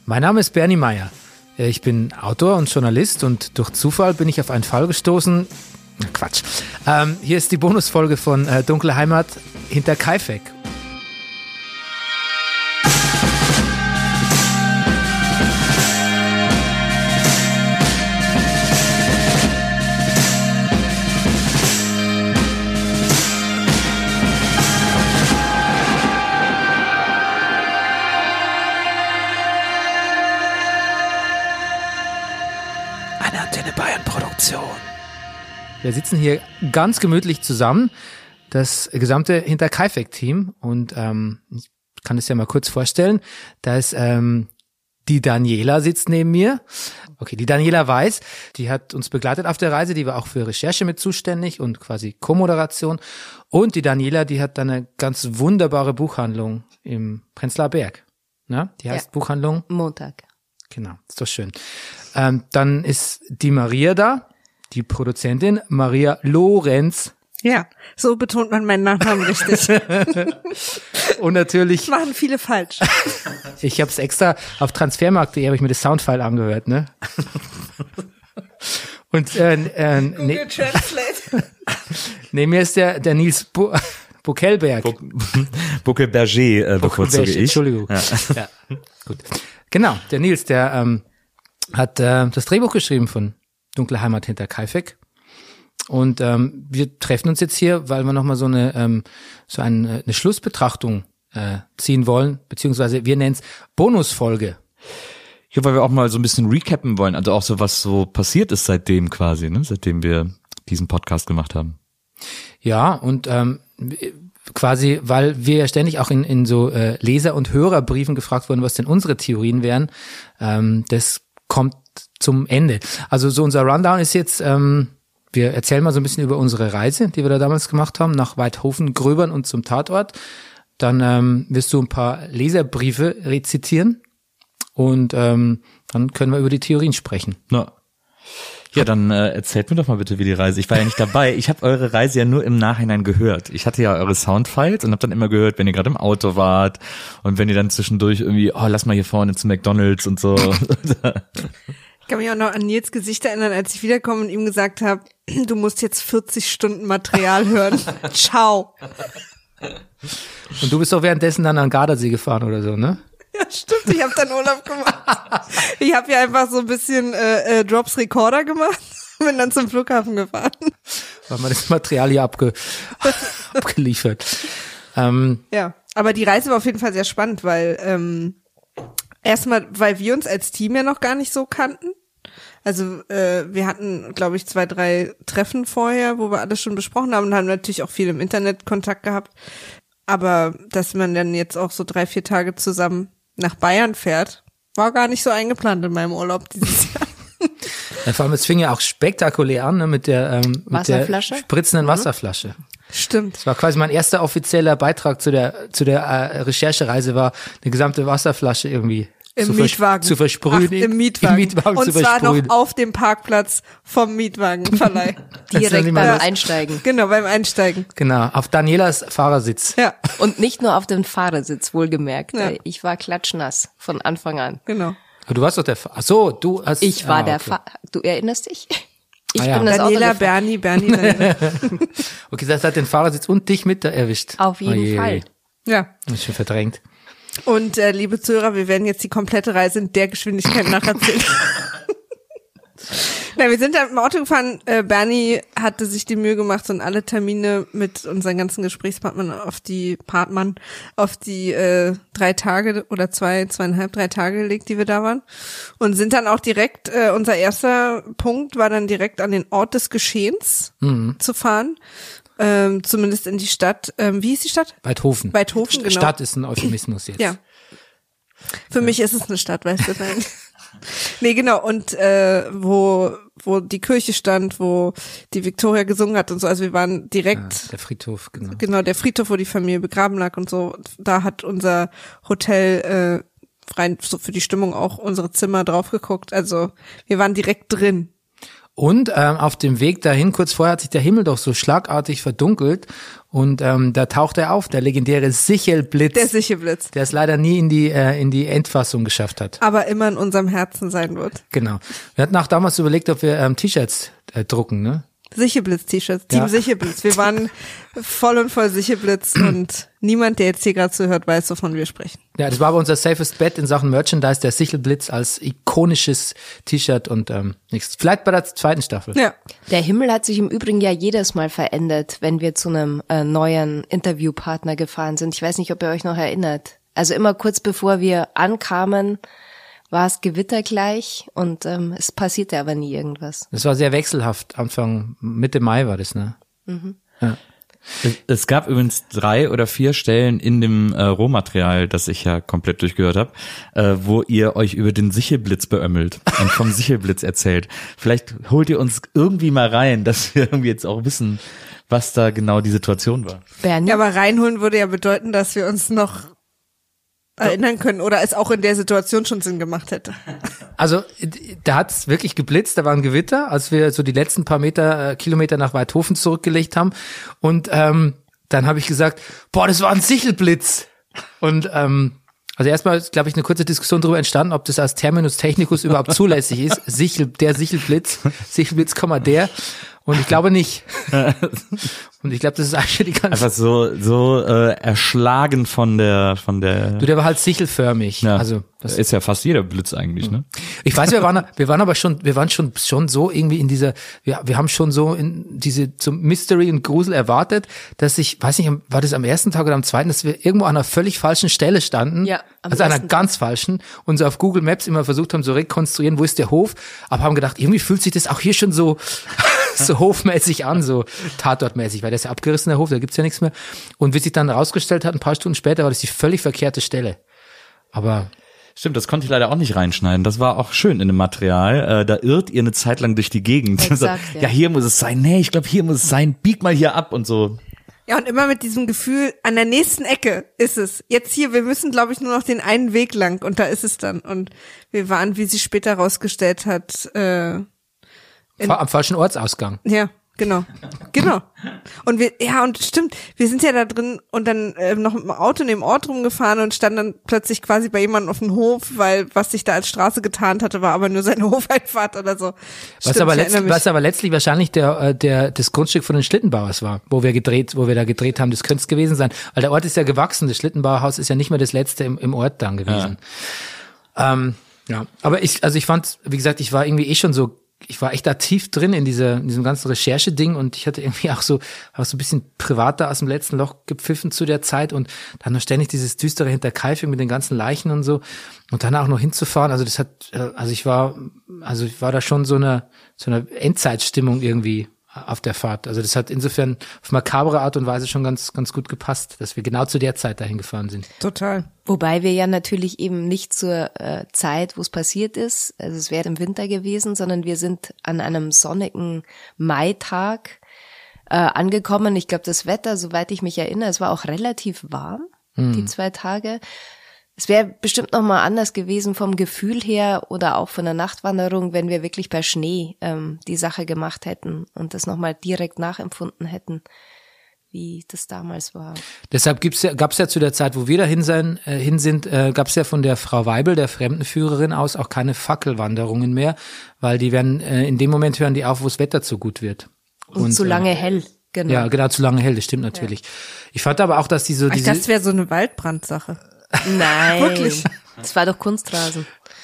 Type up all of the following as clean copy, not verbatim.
Mein Name ist Bernie Meyer. Ich bin Autor und Journalist und durch Zufall bin ich auf einen Fall gestoßen. Quatsch. Hier ist die Bonusfolge von Dunkle Heimat hinter Kaifek. Wir sitzen hier ganz gemütlich zusammen, das gesamte Hinter-Kaifek-Team, und ich kann es ja mal kurz vorstellen. Da ist die Daniela sitzt neben mir. Okay, die Daniela Weiß, die hat uns begleitet auf der Reise, die war auch für Recherche mit zuständig und quasi Co-Moderation. Und die Daniela, die hat dann eine ganz wunderbare Buchhandlung im Prenzlauer Berg. Na, die heißt Buchhandlung Montag. Genau, ist doch schön. Dann ist die Maria da. Die Produzentin Maria Lorenz. Ja, so betont man meinen Nachnamen richtig. Und natürlich. Das machen viele falsch. Ich habe es extra auf transfermarkt.de habe ich mir das Soundfile angehört, ne? Und Google Translate. Neben mir ist der Nils Buckelberg. Buckelberger bevorzuge ich. Entschuldigung. Ja, gut. Genau, der Nils, der hat das Drehbuch geschrieben von Dunkle Heimat hinter Kaifek. Und wir treffen uns jetzt hier, weil wir nochmal so eine Schlussbetrachtung ziehen wollen, beziehungsweise wir nennen es Bonusfolge. Ja, weil wir auch mal so ein bisschen recappen wollen, also auch so, was so passiert ist seitdem quasi, ne? Seitdem wir diesen Podcast gemacht haben. Ja, und quasi, weil wir ja ständig auch in so Leser- und Hörerbriefen gefragt wurden, was denn unsere Theorien wären, das kommt zum Ende. Also so unser Rundown ist jetzt, wir erzählen mal so ein bisschen über unsere Reise, die wir da damals gemacht haben, nach Waidhofen, Gröbern und zum Tatort. Dann wirst du ein paar Leserbriefe rezitieren und dann können wir über die Theorien sprechen. Ja, dann erzählt mir doch mal bitte, wie die Reise. Ich war ja nicht dabei. Ich habe eure Reise ja nur im Nachhinein gehört. Ich hatte ja eure Soundfiles und habe dann immer gehört, wenn ihr gerade im Auto wart und wenn ihr dann zwischendurch irgendwie, lass mal hier vorne zu McDonald's und so. Ich kann mich auch noch an Nils Gesicht erinnern, als ich wiederkomme und ihm gesagt habe, du musst jetzt 40 Stunden Material hören. Ciao. Und du bist doch währenddessen dann an Gardasee gefahren oder so, ne? Ja, stimmt, ich habe dann Urlaub gemacht. Ich habe ja einfach so ein bisschen Drops Recorder gemacht, bin dann zum Flughafen gefahren. Weil man das Material hier abgeliefert. Ja, aber die Reise war auf jeden Fall sehr spannend, weil erstmal, weil wir uns als Team ja noch gar nicht so kannten. Also wir hatten, glaube ich, 2, 3 Treffen vorher, wo wir alles schon besprochen haben und haben natürlich auch viel im Internet Kontakt gehabt. Aber dass man dann jetzt auch so 3, 4 Tage zusammen nach Bayern fährt, war gar nicht so eingeplant in meinem Urlaub dieses Jahr. Ja, vor allem, es fing ja auch spektakulär an, ne, mit der spritzenden Wasserflasche. Stimmt. Das war quasi mein erster offizieller Beitrag zu der Recherchereise, war eine gesamte Wasserflasche irgendwie im Mietwagen zu versprühen. Ach, im Mietwagen und zwar noch auf dem Parkplatz vom Mietwagenverleih. Direkt beim Einsteigen. Genau, beim Einsteigen. Genau, auf Danielas Fahrersitz. Ja. Und nicht nur auf dem Fahrersitz, wohlgemerkt. Ja. Ich war klatschnass von Anfang an. Genau. Du warst doch du hast... Ich war du erinnerst dich? Ich bin das Daniela, Bernie. Daniela. Okay, das hat den Fahrersitz und dich mit erwischt. Auf jeden Fall. Ja. Ich schon verdrängt. Und liebe Zuhörer, wir werden jetzt die komplette Reise in der Geschwindigkeit nacherzählen. Na, wir sind da mit dem Auto gefahren. Bernie hatte sich die Mühe gemacht und alle Termine mit unseren ganzen Gesprächspartnern auf die 3 Tage oder 2,5, 3 Tage gelegt, die wir da waren. Und sind dann auch direkt, unser erster Punkt war dann direkt an den Ort des Geschehens zu fahren. Zumindest in die Stadt. Wie hieß die Stadt? Waidhofen. Waidhofen, genau. Stadt ist ein Euphemismus jetzt. Ja. Für mich ist es eine Stadt, weißt du. Nein. Nee, genau. Und wo die Kirche stand, wo die Victoria gesungen hat und so. Also wir waren direkt. Der Friedhof, genau. Genau, der Friedhof, wo die Familie begraben lag und so. Da hat unser Hotel rein so für die Stimmung auch unsere Zimmer drauf geguckt. Also wir waren direkt drin. Und auf dem Weg dahin, kurz vorher, hat sich der Himmel doch so schlagartig verdunkelt und da taucht er auf, der legendäre Sichelblitz. Der Sichelblitz. Der es leider nie in die Endfassung geschafft hat. Aber immer in unserem Herzen sein wird. Genau. Wir hatten auch damals überlegt, ob wir T-Shirts drucken, ne? Sichelblitz-T-Shirts, Team Sichelblitz. Wir waren voll und voll Sichelblitz und niemand, der jetzt hier gerade zuhört, weiß, wovon wir sprechen. Ja, das war aber unser safest bet in Sachen Merchandise, der Sichelblitz als ikonisches T-Shirt und nichts. Vielleicht bei der zweiten Staffel. Ja. Der Himmel hat sich im Übrigen ja jedes Mal verändert, wenn wir zu einem neuen Interviewpartner gefahren sind. Ich weiß nicht, ob ihr euch noch erinnert. Also immer kurz bevor wir ankamen, war es gewittergleich und es passierte aber nie irgendwas. Das war sehr wechselhaft. Mitte Mai war das, ne? Mhm. Ja. Es gab übrigens 3 oder 4 Stellen in dem Rohmaterial, das ich ja komplett durchgehört habe, wo ihr euch über den Sichelblitz beömmelt und vom Sichelblitz erzählt. Vielleicht holt ihr uns irgendwie mal rein, dass wir irgendwie jetzt auch wissen, was da genau die Situation war. Bernie? Ja, aber reinholen würde ja bedeuten, dass wir uns noch erinnern können oder es auch in der Situation schon Sinn gemacht hätte. Also da hat's wirklich geblitzt, da war ein Gewitter, als wir so die letzten paar Kilometer nach Weidhofen zurückgelegt haben und dann habe ich gesagt, boah, das war ein Sichelblitz und also erstmal ist, glaube ich, eine kurze Diskussion darüber entstanden, ob das als Terminus technicus überhaupt zulässig ist, der Sichelblitz, Sichelblitz, der und ich glaube nicht. Und ich glaube, das ist eigentlich die ganze... Einfach so erschlagen von der... Du, der war halt sichelförmig. Ja, also das ist ja fast jeder Blitz eigentlich, ne? Ich weiß, wir waren schon so irgendwie in dieser, wir haben schon so in diese zum Mystery und Grusel erwartet, dass ich, weiß nicht, war das am ersten Tag oder am zweiten, dass wir irgendwo an einer völlig falschen Stelle standen. Ja, also einer ganz falschen und so auf Google Maps immer versucht haben, so rekonstruieren, wo ist der Hof, aber haben gedacht, irgendwie fühlt sich das auch hier schon so hofmäßig an, so tatortmäßig, weil das ist ja abgerissen, der Hof, da gibt's ja nichts mehr. Und wie sich dann rausgestellt hat, ein paar Stunden später, war das die völlig verkehrte Stelle. Aber stimmt, das konnte ich leider auch nicht reinschneiden. Das war auch schön in dem Material. Da irrt ihr eine Zeit lang durch die Gegend. Exakt, ja, hier muss es sein. Nee, ich glaube, hier muss es sein. Bieg mal hier ab und so. Ja, und immer mit diesem Gefühl, an der nächsten Ecke ist es. Jetzt hier, wir müssen, glaube ich, nur noch den einen Weg lang und da ist es dann. Und wir waren, wie sie später rausgestellt hat, am falschen Ortsausgang. Ja, genau. Und und stimmt, wir sind ja da drin und dann noch mit dem Auto in dem Ort rumgefahren und standen dann plötzlich quasi bei jemandem auf dem Hof, weil was sich da als Straße getarnt hatte, war aber nur seine Hofeinfahrt oder so. Was aber letztlich wahrscheinlich das Grundstück von den Schlittenbauers war, wo wir da gedreht haben, das könnte es gewesen sein, weil der Ort ist ja gewachsen, das Schlittenbauerhaus ist ja nicht mehr das letzte im Ort dann gewesen. Ja, aber ich fand, wie gesagt, ich war irgendwie ich war echt da tief drin in diesem ganzen Recherche-Ding und ich hatte irgendwie auch so ein bisschen privater aus dem letzten Loch gepfiffen zu der Zeit und dann noch ständig dieses düstere Hinterkaifeck mit den ganzen Leichen und so und dann auch noch hinzufahren, ich war da schon so eine Endzeitstimmung irgendwie auf der Fahrt. Also das hat insofern auf makabere Art und Weise schon ganz, ganz gut gepasst, dass wir genau zu der Zeit dahin gefahren sind. Total. Wobei wir ja natürlich eben nicht zur Zeit, wo es passiert ist, also es wäre im Winter gewesen, sondern wir sind an einem sonnigen Maitag angekommen. Ich glaube, das Wetter, soweit ich mich erinnere, es war auch relativ warm, die 2 Tage. Es wäre bestimmt noch mal anders gewesen vom Gefühl her oder auch von der Nachtwanderung, wenn wir wirklich bei Schnee die Sache gemacht hätten und das noch mal direkt nachempfunden hätten, wie das damals war. Deshalb gab's ja zu der Zeit, wo wir da hin sind, gab's ja von der Frau Weibel, der Fremdenführerin aus, auch keine Fackelwanderungen mehr, weil die werden in dem Moment hören die auf, wo das Wetter zu gut wird. Und zu lange hell. Genau. Ja, genau, zu lange hell, das stimmt natürlich. Ja. Ich fand aber auch, dass das wäre so eine Waldbrandsache. Nein. Wirklich? Das war doch Kunstrasen.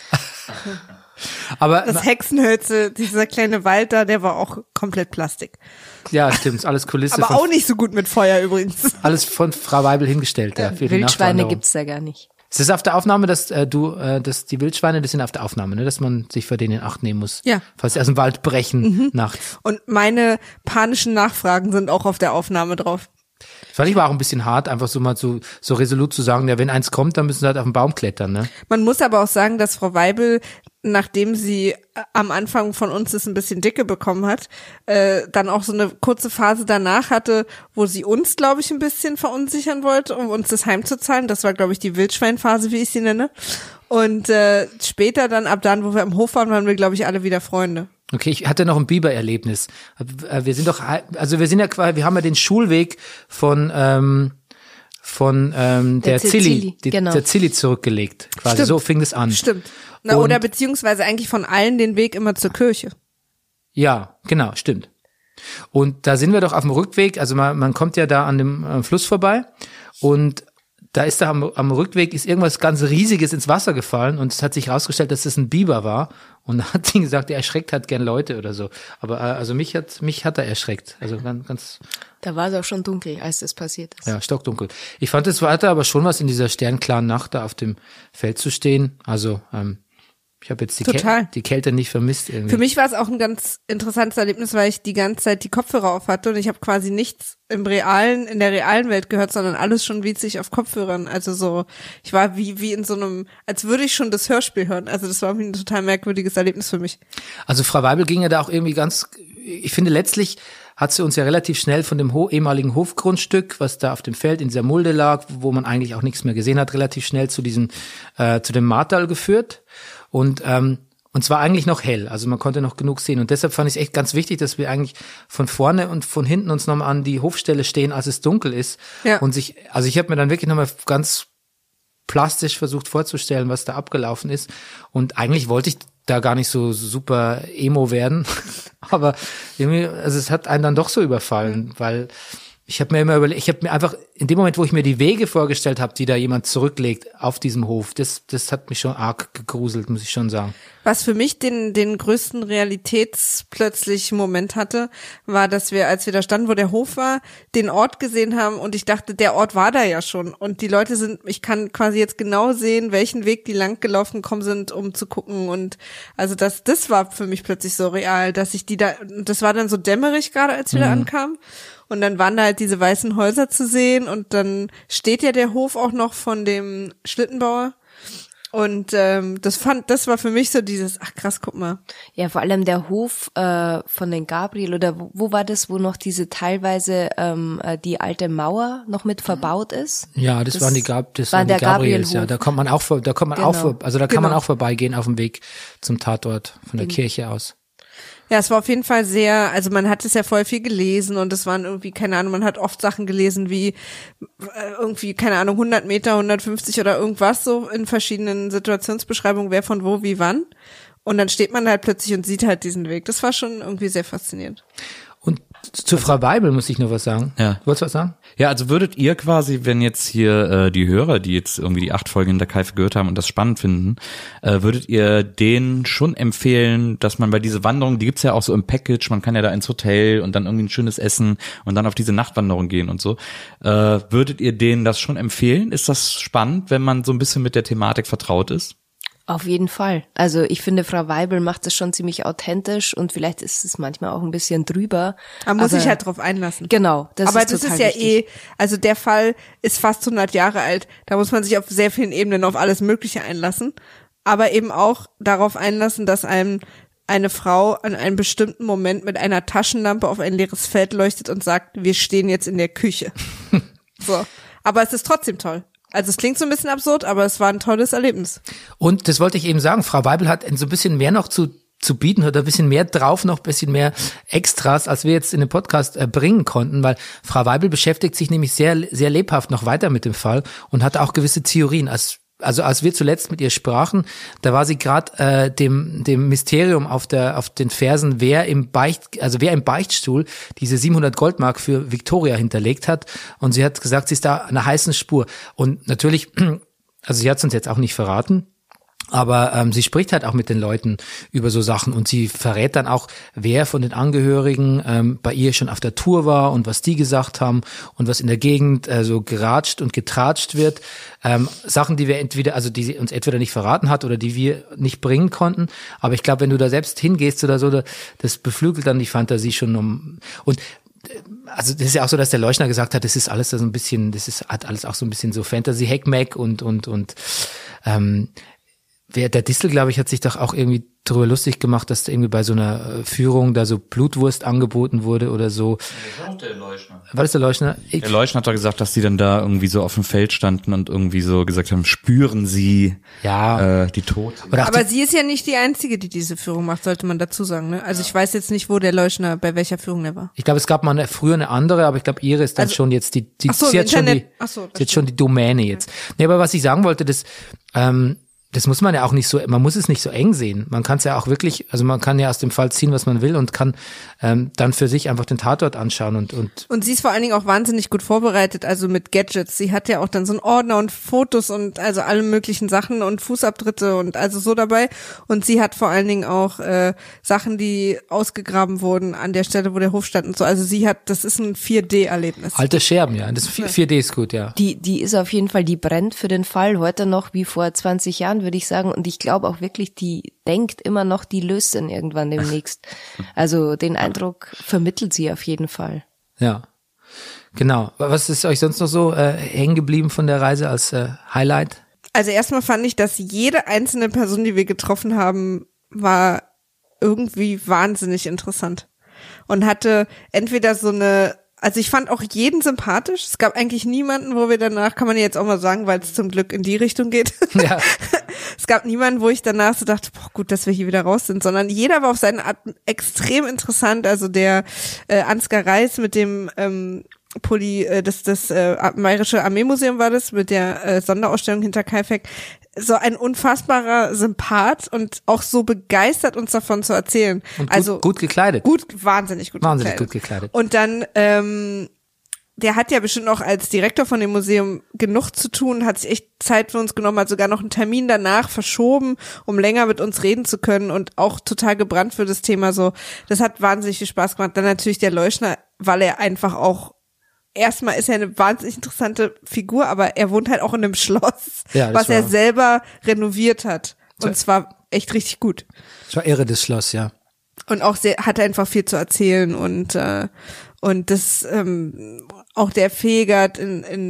Aber das Hexenhölze, dieser kleine Wald da, der war auch komplett Plastik. Ja, stimmt, alles Kulisse. Aber auch nicht so gut mit Feuer übrigens. Alles von Frau Weibel hingestellt, ja. Für Wildschweine gibt's da gar nicht. Ist das auf der Aufnahme, dass die Wildschweine, das sind auf der Aufnahme, ne, dass man sich vor denen in Acht nehmen muss? Ja. Falls sie aus dem Wald brechen nachts. Und meine panischen Nachfragen sind auch auf der Aufnahme drauf. Fand ich aber auch ein bisschen hart, einfach so mal so resolut zu sagen, ja, wenn eins kommt, dann müssen sie halt auf den Baum klettern, ne? Man muss aber auch sagen, dass Frau Weibel, nachdem sie am Anfang von uns das ein bisschen dicke bekommen hat, dann auch so eine kurze Phase danach hatte, wo sie uns, glaube ich, ein bisschen verunsichern wollte, um uns das heimzuzahlen. Das war, glaube ich, die Wildschweinphase, wie ich sie nenne. Und später dann, ab dann, wo wir im Hof waren, waren wir, glaube ich, alle wieder Freunde. Okay, ich hatte noch ein Biber-Erlebnis. Wir sind wir haben ja den Schulweg von der Zilli, genau. Der Zilli zurückgelegt. Quasi Stimmt. So fing es an. Stimmt. Oder beziehungsweise eigentlich von allen den Weg immer zur Kirche. Ja, genau, stimmt. Und da sind wir doch auf dem Rückweg, also man kommt ja da an dem Fluss vorbei und da ist da am Rückweg ist irgendwas ganz Riesiges ins Wasser gefallen und es hat sich herausgestellt, dass es ein Biber war und da hat sie gesagt, er erschreckt halt gern Leute oder so. Aber also mich hat er erschreckt. Also ganz. Da war es auch schon dunkel, als das passiert ist. Ja, stockdunkel. Ich fand, es hatte aber schon was in dieser sternklaren Nacht da auf dem Feld zu stehen. Also ich habe jetzt die Kälte nicht vermisst irgendwie. Für mich war es auch ein ganz interessantes Erlebnis, weil ich die ganze Zeit die Kopfhörer auf hatte und ich habe quasi nichts in der realen Welt gehört, sondern alles schon wie sich auf Kopfhörern. Also so, ich war wie in so einem, als würde ich schon das Hörspiel hören. Also das war ein total merkwürdiges Erlebnis für mich. Also Frau Weibel ging ja da auch irgendwie ich finde letztlich hat sie uns ja relativ schnell von dem ehemaligen Hofgrundstück, was da auf dem Feld in dieser Mulde lag, wo man eigentlich auch nichts mehr gesehen hat, relativ schnell zu dem Martal geführt. Und zwar eigentlich noch hell, also man konnte noch genug sehen und deshalb fand ich es echt ganz wichtig, dass wir eigentlich von vorne und von hinten uns nochmal an die Hofstelle stehen, als es dunkel ist. Ja. Und ich habe mir dann wirklich nochmal ganz plastisch versucht vorzustellen, was da abgelaufen ist und eigentlich wollte ich da gar nicht so super emo werden, aber irgendwie, also es hat einen dann doch so überfallen, weil ich habe mir einfach in dem Moment, wo ich mir die Wege vorgestellt habe, die da jemand zurücklegt auf diesem Hof, das hat mich schon arg gegruselt, muss ich schon sagen. Was für mich den größten Realitätsplötzlich Moment hatte, war, dass wir, als wir da standen, wo der Hof war, den Ort gesehen haben und ich dachte, der Ort war da ja schon und die Leute ich kann quasi jetzt genau sehen, welchen Weg die lang gelaufen gekommen sind, um zu gucken und also das war für mich plötzlich so real, dass ich das war dann so dämmerig gerade, als wir da ankamen. Und dann waren da halt diese weißen Häuser zu sehen und dann steht ja der Hof auch noch von dem Schlittenbauer. Und das war für mich so dieses, ach krass, guck mal. Ja, vor allem der Hof von den Gabriel oder wo war das, wo noch diese teilweise die alte Mauer noch mit verbaut ist? Ja, das waren die Gabriels, ja. Da kann man auch vorbeigehen auf dem Weg zum Tatort von der Kirche aus. Ja, es war auf jeden Fall sehr, also man hat es ja voll viel gelesen und es waren irgendwie, keine Ahnung, man hat oft Sachen gelesen wie irgendwie, keine Ahnung, 100 Meter, 150 oder irgendwas so in verschiedenen Situationsbeschreibungen, wer von wo, wie, wann. Und dann steht man halt plötzlich und sieht halt diesen Weg. Das war schon irgendwie sehr faszinierend. Und zu Frau Weibel muss ich noch was sagen. Ja. Wolltest du was sagen? Ja, also würdet ihr quasi, wenn jetzt hier die Hörer, die jetzt irgendwie die 8 Folgen in der Keife gehört haben und das spannend finden, würdet ihr denen schon empfehlen, dass man bei dieser Wanderung, die gibt's ja auch so im Package, man kann ja da ins Hotel und dann irgendwie ein schönes Essen und dann auf diese Nachtwanderung gehen und so. Würdet ihr denen das schon empfehlen? Ist das spannend, wenn man so ein bisschen mit der Thematik vertraut ist? Auf jeden Fall. Also ich finde, Frau Weibel macht das schon ziemlich authentisch und vielleicht ist es manchmal auch ein bisschen drüber. Man muss sich halt drauf einlassen. Genau. Aber das ist ja wichtig. Also der Fall ist fast 100 Jahre alt. Da muss man sich auf sehr vielen Ebenen auf alles Mögliche einlassen. Aber eben auch darauf einlassen, dass einem eine Frau an einem bestimmten Moment mit einer Taschenlampe auf ein leeres Feld leuchtet und sagt, wir stehen jetzt in der Küche. So. Aber es ist trotzdem toll. Also es klingt so ein bisschen absurd, aber es war ein tolles Erlebnis. Und das wollte ich eben sagen, Frau Weibel hat so ein bisschen mehr noch zu bieten, hat ein bisschen mehr drauf, noch ein bisschen mehr Extras, als wir jetzt in den Podcast bringen konnten, weil Frau Weibel beschäftigt sich nämlich sehr, sehr lebhaft noch weiter mit dem Fall und hat auch gewisse Theorien. Also als wir zuletzt mit ihr sprachen, da war sie gerade dem Mysterium auf den Fersen, wer im Beichtstuhl diese 700 Goldmark für Victoria hinterlegt hat. Und sie hat gesagt, sie ist da an einer heißen Spur. Und natürlich, also sie hat es uns jetzt auch nicht verraten, aber sie spricht halt auch mit den Leuten über so Sachen und sie verrät dann auch, wer von den Angehörigen bei ihr schon auf der Tour war und was die gesagt haben und was in der Gegend so geratscht und getratscht wird. Sachen, die die sie uns entweder nicht verraten hat oder die wir nicht bringen konnten. Aber ich glaube, wenn du da selbst hingehst oder so, das beflügelt dann die Fantasie schon und also das ist ja auch so, dass der Leuschner gesagt hat, das ist alles so ein bisschen, hat alles auch so ein bisschen so Fantasy-Hackmack und der Distel, glaube ich, hat sich doch auch irgendwie darüber lustig gemacht, dass da irgendwie bei so einer Führung da so Blutwurst angeboten wurde oder so. Das war auch der Leuschner. War das der Leuschner? Der Leuschner hat doch gesagt, dass die dann da irgendwie so auf dem Feld standen und irgendwie so gesagt haben, spüren sie die Toten. Aber sie ist ja nicht die Einzige, die diese Führung macht, sollte man dazu sagen. Ne? Also ich weiß jetzt nicht, wo der Leuschner, bei welcher Führung der war. Ich glaube, es gab mal früher eine andere, aber ich glaube, ihre ist dann schon jetzt sie hat schon die Domäne jetzt. Nee, aber was ich sagen wollte, das muss man ja auch nicht so, man muss es nicht so eng sehen. Man kann es ja auch wirklich, also man kann ja aus dem Fall ziehen, was man will und kann dann für sich einfach den Tatort anschauen und sie ist vor allen Dingen auch wahnsinnig gut vorbereitet, also mit Gadgets. Sie hat ja auch dann so einen Ordner und Fotos und also alle möglichen Sachen und Fußabtritte und also so dabei. Und sie hat vor allen Dingen auch Sachen, die ausgegraben wurden an der Stelle, wo der Hof stand und so. Also das ist ein 4D-Erlebnis. Alte Scherben, ja. Das 4D ist gut, ja. Die ist auf jeden Fall, die brennt für den Fall heute noch wie vor 20 Jahren, würde ich sagen. Und ich glaube auch wirklich, die denkt immer noch, die löst ihn irgendwann demnächst. Also den Eindruck vermittelt sie auf jeden Fall. Ja, genau. Was ist euch sonst noch so hängen geblieben von der Reise als Highlight? Also erstmal fand ich, dass jede einzelne Person, die wir getroffen haben, war irgendwie wahnsinnig interessant. Und hatte entweder also ich fand auch jeden sympathisch. Es gab eigentlich niemanden, wo wir danach, kann man jetzt auch mal sagen, weil es zum Glück in die Richtung geht. Ja. Es gab niemanden, wo ich danach so dachte, boah, gut, dass wir hier wieder raus sind, sondern jeder war auf seine Art extrem interessant. Also der Ansgar Reis mit dem das Bayerische Armeemuseum war das, mit der Sonderausstellung hinter Kaifek, so ein unfassbarer Sympath und auch so begeistert, uns davon zu erzählen. Und gut gekleidet. Wahnsinnig gut gekleidet. Und dann, der hat ja bestimmt auch als Direktor von dem Museum genug zu tun, hat sich echt Zeit für uns genommen, hat sogar noch einen Termin danach verschoben, um länger mit uns reden zu können und auch total gebrannt für das Thema so. Das hat wahnsinnig viel Spaß gemacht. Dann natürlich der Leuschner, weil er einfach auch erstmal ist er eine wahnsinnig interessante Figur, aber er wohnt halt auch in einem Schloss, was er selber renoviert hat. Und zwar echt richtig gut. Das war irre, das Schloss, ja. Und auch hat einfach viel zu erzählen und das auch der Fegert,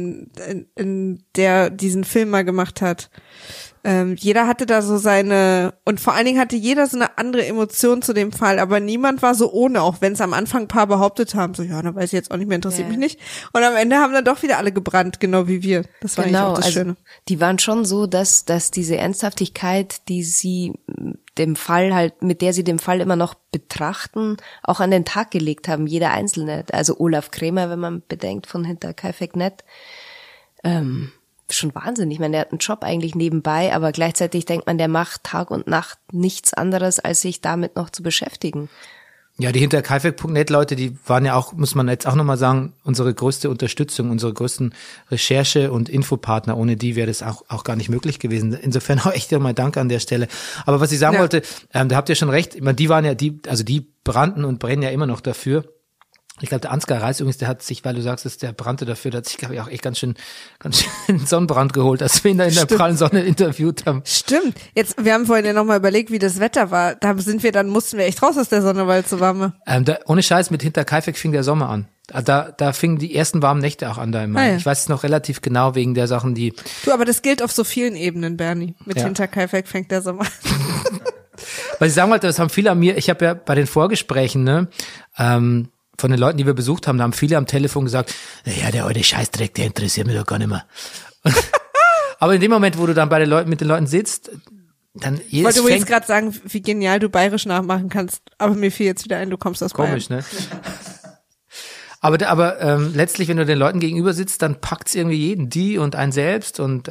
in der diesen Film mal gemacht hat. Jeder hatte da so und vor allen Dingen hatte jeder so eine andere Emotion zu dem Fall, aber niemand war so ohne, auch wenn es am Anfang ein paar behauptet haben, so, ja, dann weiß ich jetzt auch nicht mehr, interessiert mich nicht. Und am Ende haben dann doch wieder alle gebrannt, genau wie wir. Das war eigentlich auch das Schöne. Die waren schon so, dass diese Ernsthaftigkeit, die sie dem Fall halt, mit der sie den Fall immer noch betrachten, auch an den Tag gelegt haben, jeder Einzelne. Also Olaf Kremer, wenn man bedenkt, von hinter Kaifek.net, schon Wahnsinn. Ich meine, der hat einen Job eigentlich nebenbei, aber gleichzeitig denkt man, der macht Tag und Nacht nichts anderes, als sich damit noch zu beschäftigen. Ja, die hinter Kaifek.net Leute, die waren ja auch, muss man jetzt auch nochmal sagen, unsere größte Unterstützung, unsere größten Recherche- und Infopartner. Ohne die wäre das auch gar nicht möglich gewesen. Insofern auch echt mal Danke an der Stelle. Aber was ich sagen wollte, da habt ihr schon recht, ich meine, die waren ja die brannten und brennen ja immer noch dafür. Ich glaube, der Ansgar Reis übrigens, der hat sich, weil du sagst, dass der brannte dafür, der hat sich, glaube ich, auch echt ganz schön Sonnenbrand geholt, als wir ihn da in der prallen Sonne interviewt haben. Stimmt. Wir haben vorhin ja nochmal überlegt, wie das Wetter war. Mussten wir echt raus aus der Sonne, weil es so warm war. Ohne Scheiß, mit hinter Kaifek fing der Sommer an. Da fingen die ersten warmen Nächte auch an da im Mai. Ich weiß es noch relativ genau wegen der Sachen, die... Du, aber das gilt auf so vielen Ebenen, Bernie. Mit hinter Kaifek fängt der Sommer an. Was ich sagen wollte, das haben viele an mir, ich habe ja bei den Vorgesprächen, von den Leuten, die wir besucht haben, da haben viele am Telefon gesagt, ja, der alte Scheißdreck, der interessiert mich doch gar nicht mehr. Aber in dem Moment, wo du dann mit den Leuten sitzt, dann ich wollte übrigens gerade sagen, wie genial du bayerisch nachmachen kannst, aber mir fiel jetzt wieder ein, du kommst aus komisch, Bayern. Ne? Aber letztlich, wenn du den Leuten gegenüber sitzt, dann packt's irgendwie jeden, die und einen selbst und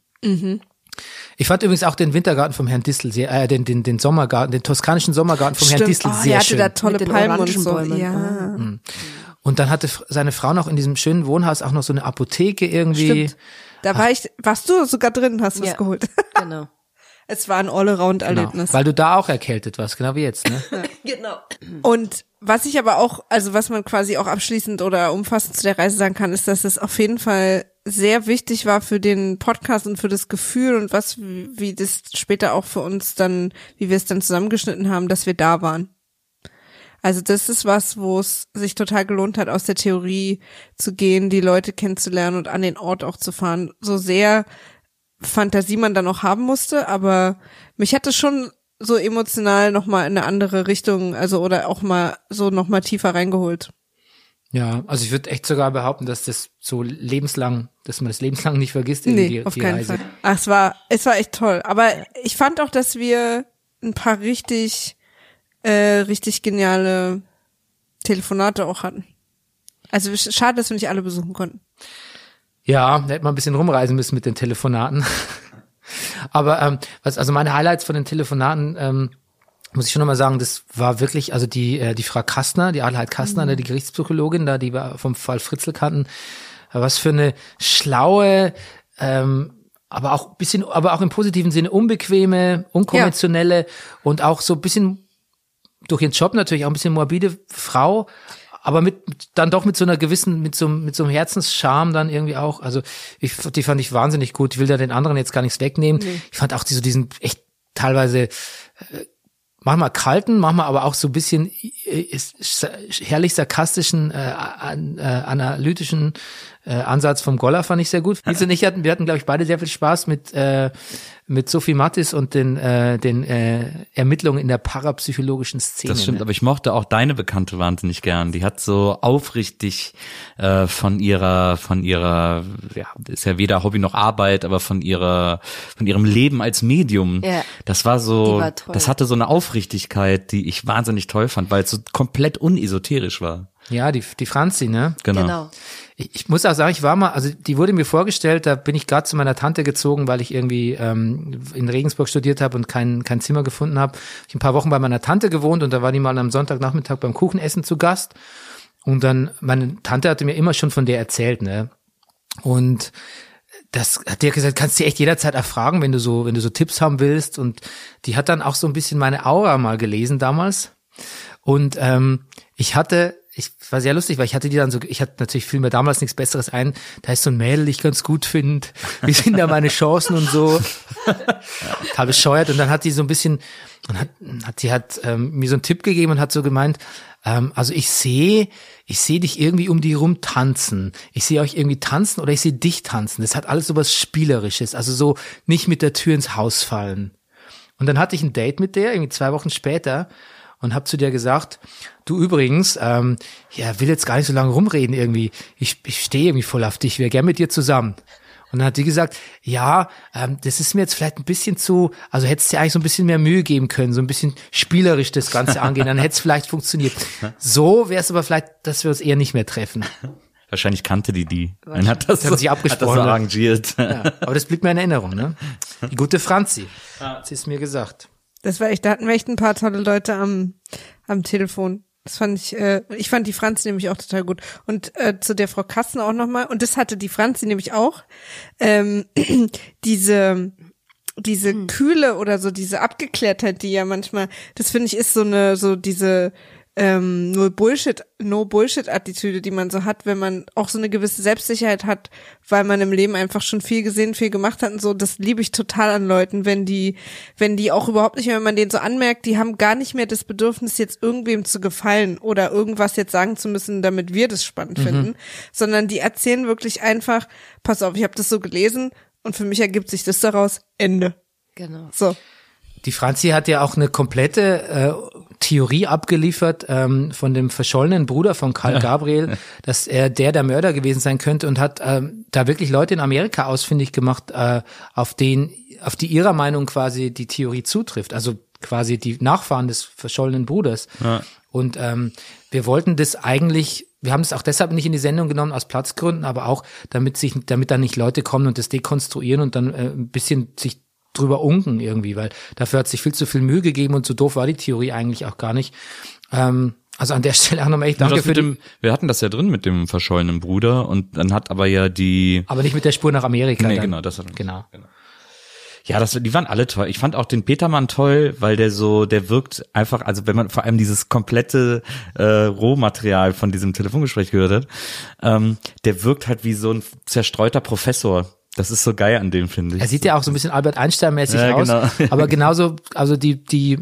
Ich fand übrigens auch den Wintergarten vom Herrn Distel den Sommergarten, den toskanischen Sommergarten vom Herrn Distel sehr schön. Er hatte da tolle Palmen und so. Ja. Und dann hatte seine Frau noch in diesem schönen Wohnhaus auch noch so eine Apotheke irgendwie. Stimmt. Da warst du sogar drin, hast was geholt. Genau. Es war ein All-Around-Erlebnis. Genau, weil du da auch erkältet warst, genau wie jetzt, ne? Genau. Und was ich aber auch, also was man quasi auch abschließend oder umfassend zu der Reise sagen kann, ist, dass es auf jeden Fall sehr wichtig war für den Podcast und für das Gefühl und wie das später auch für uns dann, wie wir es dann zusammengeschnitten haben, dass wir da waren. Also das ist was, wo es sich total gelohnt hat, aus der Theorie zu gehen, die Leute kennenzulernen und an den Ort auch zu fahren. So sehr Fantasie man dann auch haben musste, aber mich hat es schon so emotional nochmal in eine andere Richtung, also oder auch mal so nochmal tiefer reingeholt. Ja, also ich würde echt sogar behaupten, dass das so lebenslang, dass man das lebenslang nicht vergisst. Nee, auf keinen Fall. Ach, es war echt toll. Aber ich fand auch, dass wir ein paar richtig geniale Telefonate auch hatten. Also schade, dass wir nicht alle besuchen konnten. Ja, da hätte man ein bisschen rumreisen müssen mit den Telefonaten. Aber also meine Highlights von den Telefonaten, muss ich schon nochmal sagen, das war wirklich, also die Frau Kastner, die Adelheid Kastner, die Gerichtspsychologin, da die wir vom Fall Fritzl kannten, was für eine schlaue, aber auch im positiven Sinne unbequeme, unkonventionelle und auch so ein bisschen durch ihren Job natürlich auch ein bisschen morbide Frau, aber dann doch mit so einer gewissen, mit so einem Herzenscharme dann irgendwie auch, also die fand ich wahnsinnig gut. Ich will da den anderen jetzt gar nichts wegnehmen. Nee. Ich fand auch diesen echt teilweise manchmal kalten, manchmal aber auch so ein bisschen herrlich sarkastischen, analytischen Ansatz vom Goller fand ich sehr gut. Wir hatten, glaube ich, beide sehr viel Spaß mit Sophie Mattis und den Ermittlungen in der parapsychologischen Szene. Das stimmt, aber ich mochte auch deine Bekannte wahnsinnig gern. Die hat so aufrichtig von ihrer, ja, ist ja weder Hobby noch Arbeit, aber von ihrem Leben als Medium. Ja, das war so, das hatte so eine Aufrichtigkeit, die ich wahnsinnig toll fand, weil es so komplett unesoterisch war. Ja, die Franzi, ne? Genau. Ich muss auch sagen, ich war mal, also die wurde mir vorgestellt, da bin ich gerade zu meiner Tante gezogen, weil ich irgendwie in Regensburg studiert habe und kein Zimmer gefunden habe. Ich ein paar Wochen bei meiner Tante gewohnt und da war die mal am Sonntagnachmittag beim Kuchenessen zu Gast. Und dann, meine Tante hatte mir immer schon von der erzählt, ne? Und das hat die gesagt, kannst du echt jederzeit erfragen, wenn du so Tipps haben willst. Und die hat dann auch so ein bisschen meine Aura mal gelesen damals. Und ich war sehr lustig, weil ich hatte natürlich fiel mir damals nichts Besseres ein. Da ist so ein Mädel, die ich ganz gut finde. Wie sind da meine Chancen und so? Total bescheuert. Und dann hat die so ein bisschen, hat mir so einen Tipp gegeben und hat so gemeint, also ich sehe dich irgendwie um die rum tanzen. Ich sehe euch irgendwie tanzen oder ich sehe dich tanzen. Das hat alles so was Spielerisches. Also so nicht mit der Tür ins Haus fallen. Und dann hatte ich ein Date mit der, irgendwie 2 Wochen später. Und hab zu der gesagt, du übrigens, will jetzt gar nicht so lange rumreden irgendwie. Ich stehe irgendwie voll auf dich, wäre gern mit dir zusammen. Und dann hat die gesagt, ja, das ist mir jetzt vielleicht ein bisschen zu, also hättest du dir eigentlich so ein bisschen mehr Mühe geben können, so ein bisschen spielerisch das Ganze angehen, dann hätte es vielleicht funktioniert. So wäre es aber vielleicht, dass wir uns eher nicht mehr treffen. Wahrscheinlich kannte die. Dann hat das haben sie abgesprochen. Hat das so arrangiert. Ja, aber das blieb mir in Erinnerung, ne? Die gute Franzi, hat sie es mir gesagt. Da hatten wir echt ein paar tolle Leute am Telefon. Das fand ich fand die Franzi nämlich auch total gut. Und zu der Frau Kastner auch nochmal, und das hatte die Franzi nämlich auch, diese Kühle oder so diese Abgeklärtheit, die ja manchmal, das finde ich ist so diese No Bullshit-Attitüde, die man so hat, wenn man auch so eine gewisse Selbstsicherheit hat, weil man im Leben einfach schon viel gesehen, viel gemacht hat und so. Das liebe ich total an Leuten, wenn die auch überhaupt nicht mehr, wenn man denen so anmerkt, die haben gar nicht mehr das Bedürfnis, jetzt irgendwem zu gefallen oder irgendwas jetzt sagen zu müssen, damit wir das spannend finden, sondern die erzählen wirklich einfach, pass auf, ich habe das so gelesen und für mich ergibt sich das daraus, Ende. Genau. So. Die Franzi hat ja auch eine komplette Theorie abgeliefert von dem verschollenen Bruder von Karl Gabriel, dass er der Mörder gewesen sein könnte und hat da wirklich Leute in Amerika ausfindig gemacht, auf die ihrer Meinung quasi die Theorie zutrifft. Also quasi die Nachfahren des verschollenen Bruders. Ja. Und wir wollten das eigentlich, wir haben es auch deshalb nicht in die Sendung genommen aus Platzgründen, aber auch damit dann nicht Leute kommen und das dekonstruieren und dann ein bisschen sich drüber unken irgendwie, weil dafür hat sich viel zu viel Mühe gegeben und so doof war die Theorie eigentlich auch gar nicht. Also an der Stelle auch nochmal echt danke für wir hatten das ja drin mit dem verschollenen Bruder und dann hat aber ja aber nicht mit der Spur nach Amerika. Nee, dann. Genau, das hat genau. Ja, die waren alle toll. Ich fand auch den Petermann toll, weil der wirkt einfach, also wenn man vor allem dieses komplette Rohmaterial von diesem Telefongespräch gehört hat, der wirkt halt wie so ein zerstreuter Professor. Das ist so geil an dem, finde ich. Er sieht ja auch so ein bisschen Albert Einstein-mäßig aus, genau. Aber genauso, also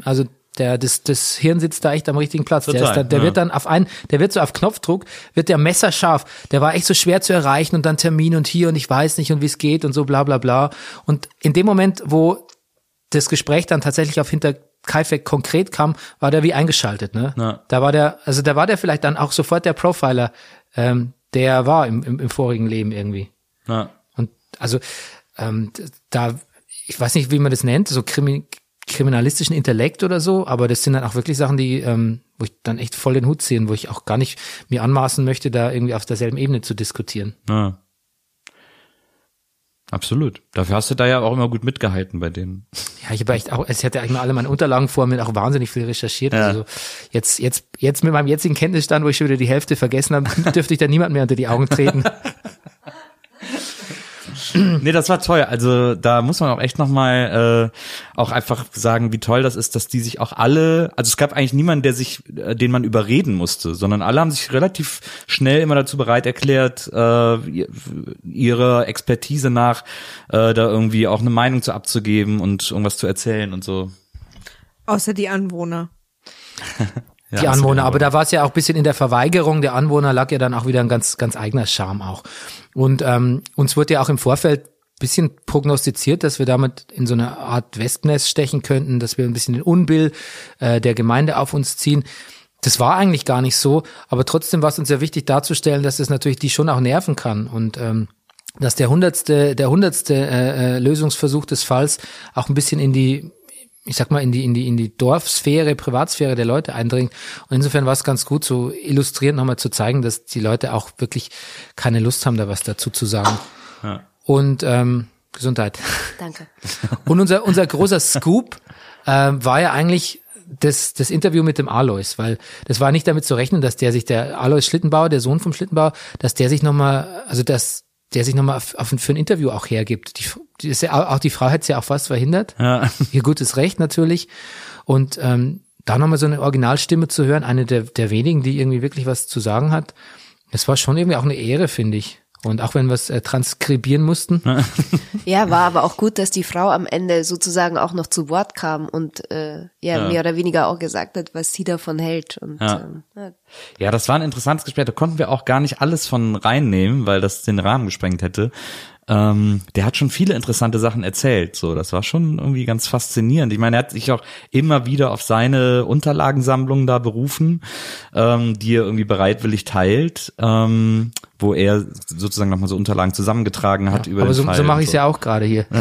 Das Hirn sitzt da echt am richtigen Platz. Total, Der wird dann der wird so auf Knopfdruck, wird der messerscharf. Der war echt so schwer zu erreichen und dann Termin und hier und ich weiß nicht und wie es geht und so bla bla bla. Und in dem Moment, wo das Gespräch dann tatsächlich auf Hinterkaifeck konkret kam, war der wie eingeschaltet, ne? Ja. Da war der vielleicht dann auch sofort der Profiler, der war im vorigen Leben irgendwie. Ja. Und also ich weiß nicht, wie man das nennt, so kriminalistischen Intellekt oder so, aber das sind dann auch wirklich Sachen, die, wo ich dann echt voll den Hut ziehe, wo ich auch gar nicht mir anmaßen möchte, da irgendwie auf derselben Ebene zu diskutieren. Ja. Absolut. Dafür hast du da ja auch immer gut mitgehalten bei denen. Ja, ich habe echt auch, ich hatte eigentlich mal alle meine Unterlagen vor mir, auch wahnsinnig viel recherchiert. Ja. Also jetzt mit meinem jetzigen Kenntnisstand, wo ich schon wieder die Hälfte vergessen habe, dürfte ich da niemand mehr unter die Augen treten. Nee, das war toll. Also da muss man auch echt nochmal auch einfach sagen, wie toll das ist, dass die sich auch alle, also es gab eigentlich niemanden, den man überreden musste, sondern alle haben sich relativ schnell immer dazu bereit erklärt, ihre Expertise nach da irgendwie auch eine Meinung zu abzugeben und irgendwas zu erzählen und so. Außer die Anwohner. Die Anwohner, aber da war es ja auch ein bisschen in der Verweigerung der Anwohner, lag ja dann auch wieder ein ganz, ganz eigener Charme auch. Und uns wurde ja auch im Vorfeld ein bisschen prognostiziert, dass wir damit in so eine Art Wespennest stechen könnten, dass wir ein bisschen den Unbill der Gemeinde auf uns ziehen. Das war eigentlich gar nicht so, aber trotzdem war es uns sehr wichtig darzustellen, dass es natürlich die schon auch nerven kann und dass der hundertste Lösungsversuch des Falls auch ein bisschen in die Dorfsphäre, Privatsphäre der Leute eindringt. Und insofern war es ganz gut, so illustrierend nochmal zu zeigen, dass die Leute auch wirklich keine Lust haben, da was dazu zu sagen. Ja. Und Gesundheit. Danke. Und unser großer Scoop war ja eigentlich das Interview mit dem Alois, weil das war nicht damit zu rechnen, dass der Alois Schlittenbauer, der Sohn vom Schlittenbauer, dass der sich nochmal für ein Interview auch hergibt. Die Frau hat es ja auch fast verhindert. Ja. Ihr gutes Recht natürlich. Und da nochmal so eine Originalstimme zu hören, eine der wenigen, die irgendwie wirklich was zu sagen hat, das war schon irgendwie auch eine Ehre, finde ich. Und auch wenn wir es transkribieren mussten. Ja, war aber auch gut, dass die Frau am Ende sozusagen auch noch zu Wort kam und mehr oder weniger auch gesagt hat, was sie davon hält. Und, ja, das war ein interessantes Gespräch. Da konnten wir auch gar nicht alles von reinnehmen, weil das den Rahmen gesprengt hätte. Der hat schon viele interessante Sachen erzählt. So, das war schon irgendwie ganz faszinierend. Ich meine, er hat sich auch immer wieder auf seine Unterlagensammlung da berufen, die er irgendwie bereitwillig teilt, wo er sozusagen nochmal so Unterlagen zusammengetragen hat über den Fall. Aber so mache ich es ja auch gerade hier.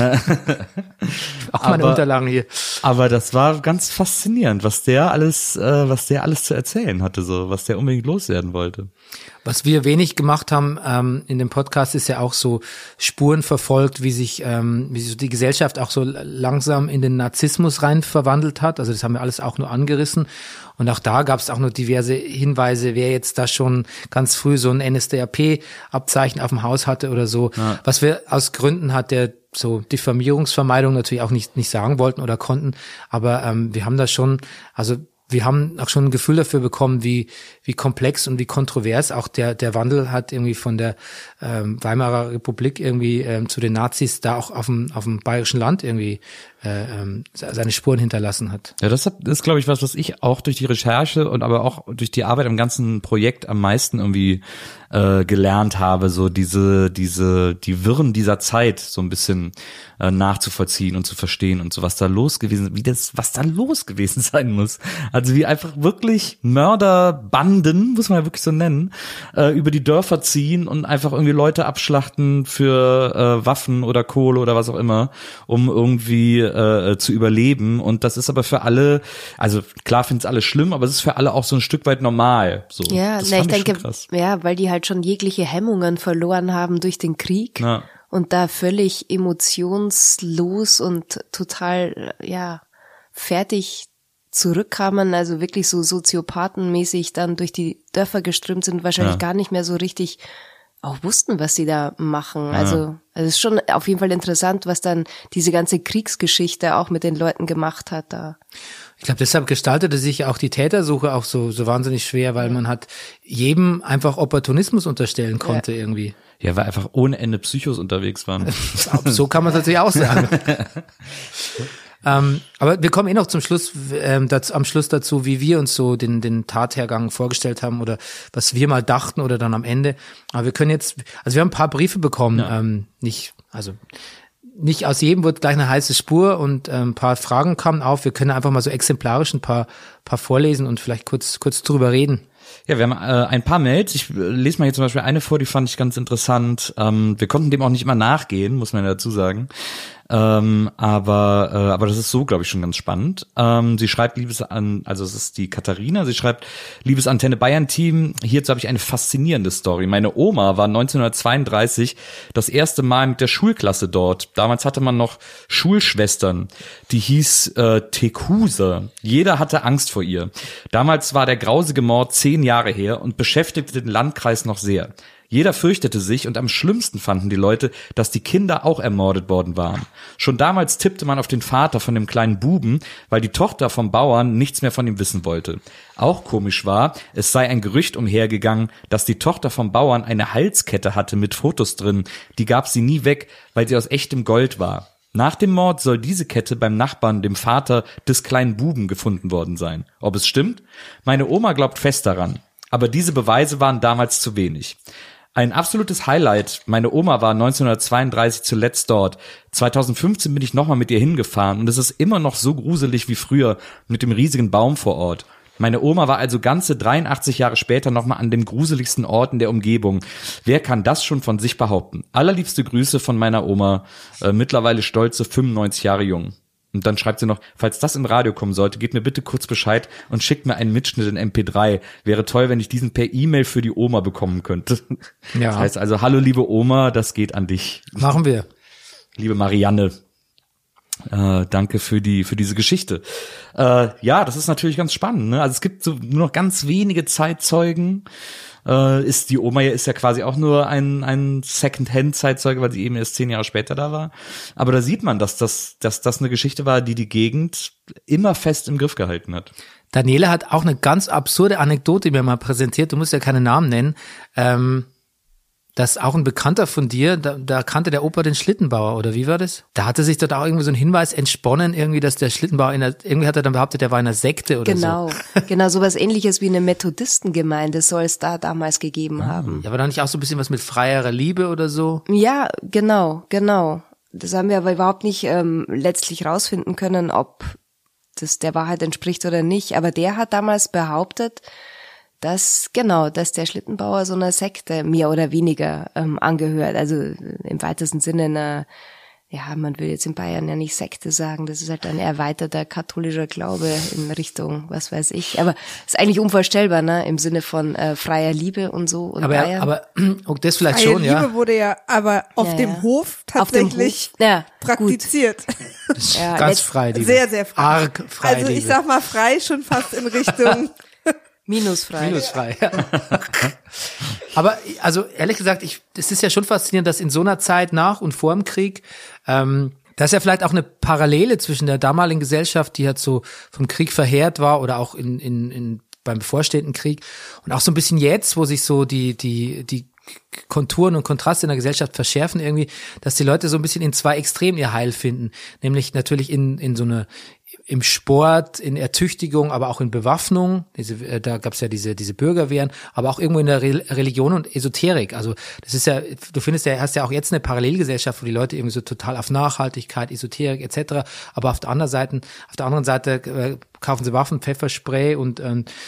Auch meine Unterlagen hier. Aber das war ganz faszinierend, was der alles zu erzählen hatte, so, was der unbedingt loswerden wollte. Was wir wenig gemacht haben in dem Podcast, ist ja auch so Spuren verfolgt, wie sich so die Gesellschaft auch so langsam in den Narzissmus rein verwandelt hat. Also das haben wir alles auch nur angerissen. Und auch da gab es auch nur diverse Hinweise, wer jetzt da schon ganz früh so ein NSDAP-Abzeichen auf dem Haus hatte oder so. Ja. Was wir aus Gründen hat der so Diffamierungsvermeidung natürlich auch nicht sagen wollten oder konnten. Aber wir haben da schon, wir haben auch schon ein Gefühl dafür bekommen, wie komplex und wie kontrovers auch der Wandel hat irgendwie von der Weimarer Republik irgendwie zu den Nazis da auch auf dem bayerischen Land irgendwie seine Spuren hinterlassen hat. Ja, das ist, glaube ich, was ich auch durch die Recherche und aber auch durch die Arbeit am ganzen Projekt am meisten irgendwie gelernt habe, so die Wirren dieser Zeit so ein bisschen nachzuvollziehen und zu verstehen und so, was da los gewesen sein muss. Also wie einfach wirklich Mörderbanden, muss man ja wirklich so nennen, über die Dörfer ziehen und einfach irgendwie Leute abschlachten für Waffen oder Kohle oder was auch immer, um irgendwie zu überleben. Und das ist aber für alle, also klar finden es alle schlimm, aber es ist für alle auch so ein Stück weit normal. So, ja, ich denke, ja, weil die halt schon jegliche Hemmungen verloren haben durch den Krieg. Ja. Und da völlig emotionslos und total, fertig zurückkamen, also wirklich so soziopathenmäßig dann durch die Dörfer geströmt sind, wahrscheinlich gar nicht mehr so richtig auch wussten, was sie da machen. Also es ist schon auf jeden Fall interessant, was dann diese ganze Kriegsgeschichte auch mit den Leuten gemacht hat da. Ich glaube, deshalb gestaltete sich auch die Tätersuche auch so wahnsinnig schwer, weil man hat jedem einfach Opportunismus unterstellen konnte irgendwie. Ja, weil einfach ohne Ende Psychos unterwegs waren. So kann man es natürlich auch sagen. Aber wir kommen noch zum Schluss, am Schluss dazu, wie wir uns so den Tathergang vorgestellt haben oder was wir mal dachten oder dann am Ende. Aber wir können jetzt, also wir haben ein paar Briefe bekommen, nicht aus jedem wird gleich eine heiße Spur und ein paar Fragen kamen auf. Wir können einfach mal so exemplarisch ein paar vorlesen und vielleicht kurz drüber reden. Ja, wir haben ein paar Mails. Ich lese mal hier zum Beispiel eine vor, die fand ich ganz interessant. Wir konnten dem auch nicht immer nachgehen, muss man ja dazu sagen. Aber das ist so, glaube ich, schon ganz spannend. Sie schreibt, also es ist die Katharina, sie schreibt, liebes Antenne Bayern Team, hierzu habe ich eine faszinierende Story. Meine Oma war 1932 das erste Mal mit der Schulklasse dort. Damals hatte man noch Schulschwestern, die hieß Tekuse. Jeder hatte Angst vor ihr. Damals war der grausige Mord 10 Jahre her und beschäftigte den Landkreis noch sehr. Jeder fürchtete sich und am schlimmsten fanden die Leute, dass die Kinder auch ermordet worden waren. Schon damals tippte man auf den Vater von dem kleinen Buben, weil die Tochter vom Bauern nichts mehr von ihm wissen wollte. Auch komisch war, es sei ein Gerücht umhergegangen, dass die Tochter vom Bauern eine Halskette hatte mit Fotos drin. Die gab sie nie weg, weil sie aus echtem Gold war. Nach dem Mord soll diese Kette beim Nachbarn, dem Vater des kleinen Buben, gefunden worden sein. Ob es stimmt? Meine Oma glaubt fest daran. Aber diese Beweise waren damals zu wenig. Ein absolutes Highlight. Meine Oma war 1932 zuletzt dort. 2015 bin ich nochmal mit ihr hingefahren und es ist immer noch so gruselig wie früher mit dem riesigen Baum vor Ort. Meine Oma war also ganze 83 Jahre später nochmal an dem gruseligsten Ort in der Umgebung. Wer kann das schon von sich behaupten? Allerliebste Grüße von meiner Oma, mittlerweile stolze 95 Jahre jung. Und dann schreibt sie noch, falls das im Radio kommen sollte, gebt mir bitte kurz Bescheid und schickt mir einen Mitschnitt in MP3. Wäre toll, wenn ich diesen per E-Mail für die Oma bekommen könnte. Ja. Das heißt also, hallo liebe Oma, das geht an dich. Machen wir. Liebe Marianne, danke für diese Geschichte. Ja, das ist natürlich ganz spannend, ne? Also es gibt so nur noch ganz wenige Zeitzeugen. Die Oma ist ja quasi auch nur ein Second-Hand-Zeitzeuge, weil sie eben erst 10 Jahre später da war. Aber da sieht man, dass das eine Geschichte war, die Gegend immer fest im Griff gehalten hat. Daniela hat auch eine ganz absurde Anekdote mir mal präsentiert. Du musst ja keine Namen nennen. Dass auch ein Bekannter von dir, da kannte der Opa den Schlittenbauer, oder wie war das? Da hatte sich dort auch irgendwie so ein Hinweis entsponnen, irgendwie, dass der Schlittenbauer irgendwie hat er dann behauptet, der war in einer Sekte oder so. Genau, sowas ähnliches wie eine Methodistengemeinde soll es da damals gegeben haben. Ja, war da nicht auch so ein bisschen was mit freierer Liebe oder so? Ja, genau. Das haben wir aber überhaupt nicht letztlich rausfinden können, ob das der Wahrheit entspricht oder nicht. Aber der hat damals behauptet, dass der Schlittenbauer so einer Sekte mehr oder weniger angehört. Also im weitesten Sinne man will jetzt in Bayern ja nicht Sekte sagen, das ist halt ein erweiterter katholischer Glaube in Richtung, was weiß ich. Aber ist eigentlich unvorstellbar, ne, im Sinne von freier Liebe und so. Und aber das vielleicht freie schon, ja. Liebe wurde ja aber auf dem Hof tatsächlich praktiziert. Ganz frei, Liebe. Sehr, sehr frei. Arg frei, also ich sag mal frei schon fast in Richtung Minusfrei, ja. Aber also ehrlich gesagt, es ist ja schon faszinierend, dass in so einer Zeit nach und vor dem Krieg, da ist ja vielleicht auch eine Parallele zwischen der damaligen Gesellschaft, die halt so vom Krieg verheert war oder auch beim bevorstehenden Krieg und auch so ein bisschen jetzt, wo sich so die Konturen und Kontraste in der Gesellschaft verschärfen irgendwie, dass die Leute so ein bisschen in zwei Extremen ihr Heil finden, nämlich natürlich in so eine im Sport, in Ertüchtigung, aber auch in Bewaffnung. Da gab's ja diese Bürgerwehren, aber auch irgendwo in der Religion und Esoterik. Also das ist ja, hast ja auch jetzt eine Parallelgesellschaft, wo die Leute irgendwie so total auf Nachhaltigkeit, Esoterik etc. Aber auf der anderen Seite kaufen sie Waffen, Pfefferspray und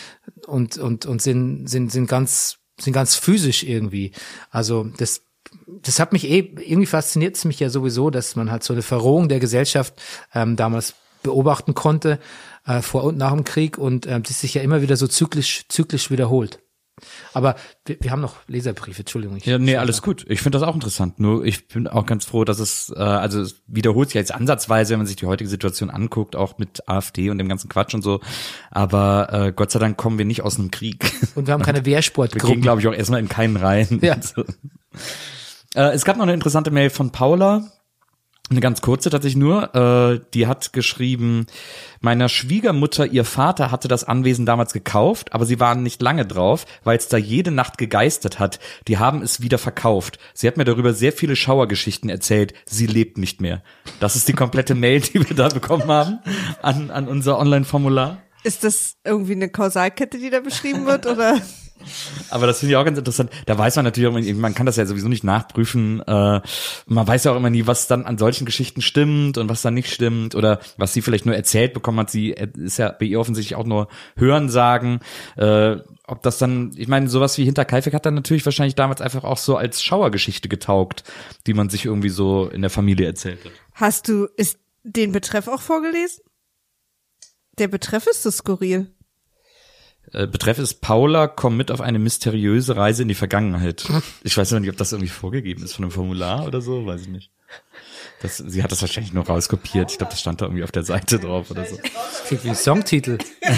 sind ganz physisch irgendwie. Also das hat mich irgendwie fasziniert es mich ja sowieso, dass man halt so eine Verrohung der Gesellschaft damals beobachten konnte, vor und nach dem Krieg und das sich ja immer wieder so zyklisch wiederholt. Aber wir haben noch Leserbriefe, Entschuldigung. Alles gut. Ich finde das auch interessant. Nur ich bin auch ganz froh, dass es wiederholt sich jetzt ansatzweise, wenn man sich die heutige Situation anguckt, auch mit AfD und dem ganzen Quatsch und so. Aber Gott sei Dank kommen wir nicht aus einem Krieg. Und wir haben keine Wehrsportgruppen. Wir gehen, glaube ich, auch erstmal in keinen rein. Ja. Es gab noch eine interessante Mail von Paula. Eine ganz kurze tatsächlich nur, die hat geschrieben, meiner Schwiegermutter, ihr Vater hatte das Anwesen damals gekauft, aber sie waren nicht lange drauf, weil es da jede Nacht gegeistert hat. Die haben es wieder verkauft. Sie hat mir darüber sehr viele Schauergeschichten erzählt. Sie lebt nicht mehr. Das ist die komplette Mail, die wir da bekommen haben an unser Online-Formular. Ist das irgendwie eine Kausalkette, die da beschrieben wird, oder? Aber das finde ich auch ganz interessant. Da weiß man natürlich auch, man kann das ja sowieso nicht nachprüfen. Man weiß ja auch immer nie, was dann an solchen Geschichten stimmt und was dann nicht stimmt oder was sie vielleicht nur erzählt bekommen hat. Sie ist ja bei ihr offensichtlich auch nur Hörensagen. Ob das dann, ich meine, sowas wie Hinterkaifeck hat dann natürlich wahrscheinlich damals einfach auch so als Schauergeschichte getaugt, die man sich irgendwie so in der Familie erzählt hat. Ist den Betreff auch vorgelesen? Der Betreff ist so skurril. Betreff ist Paula, komm mit auf eine mysteriöse Reise in die Vergangenheit. Ich weiß nicht, ob das irgendwie vorgegeben ist von einem Formular oder so, weiß ich nicht. Sie hat das wahrscheinlich nur rauskopiert. Ich glaube, das stand da irgendwie auf der Seite drauf oder so. Das klingt wie ein Songtitel.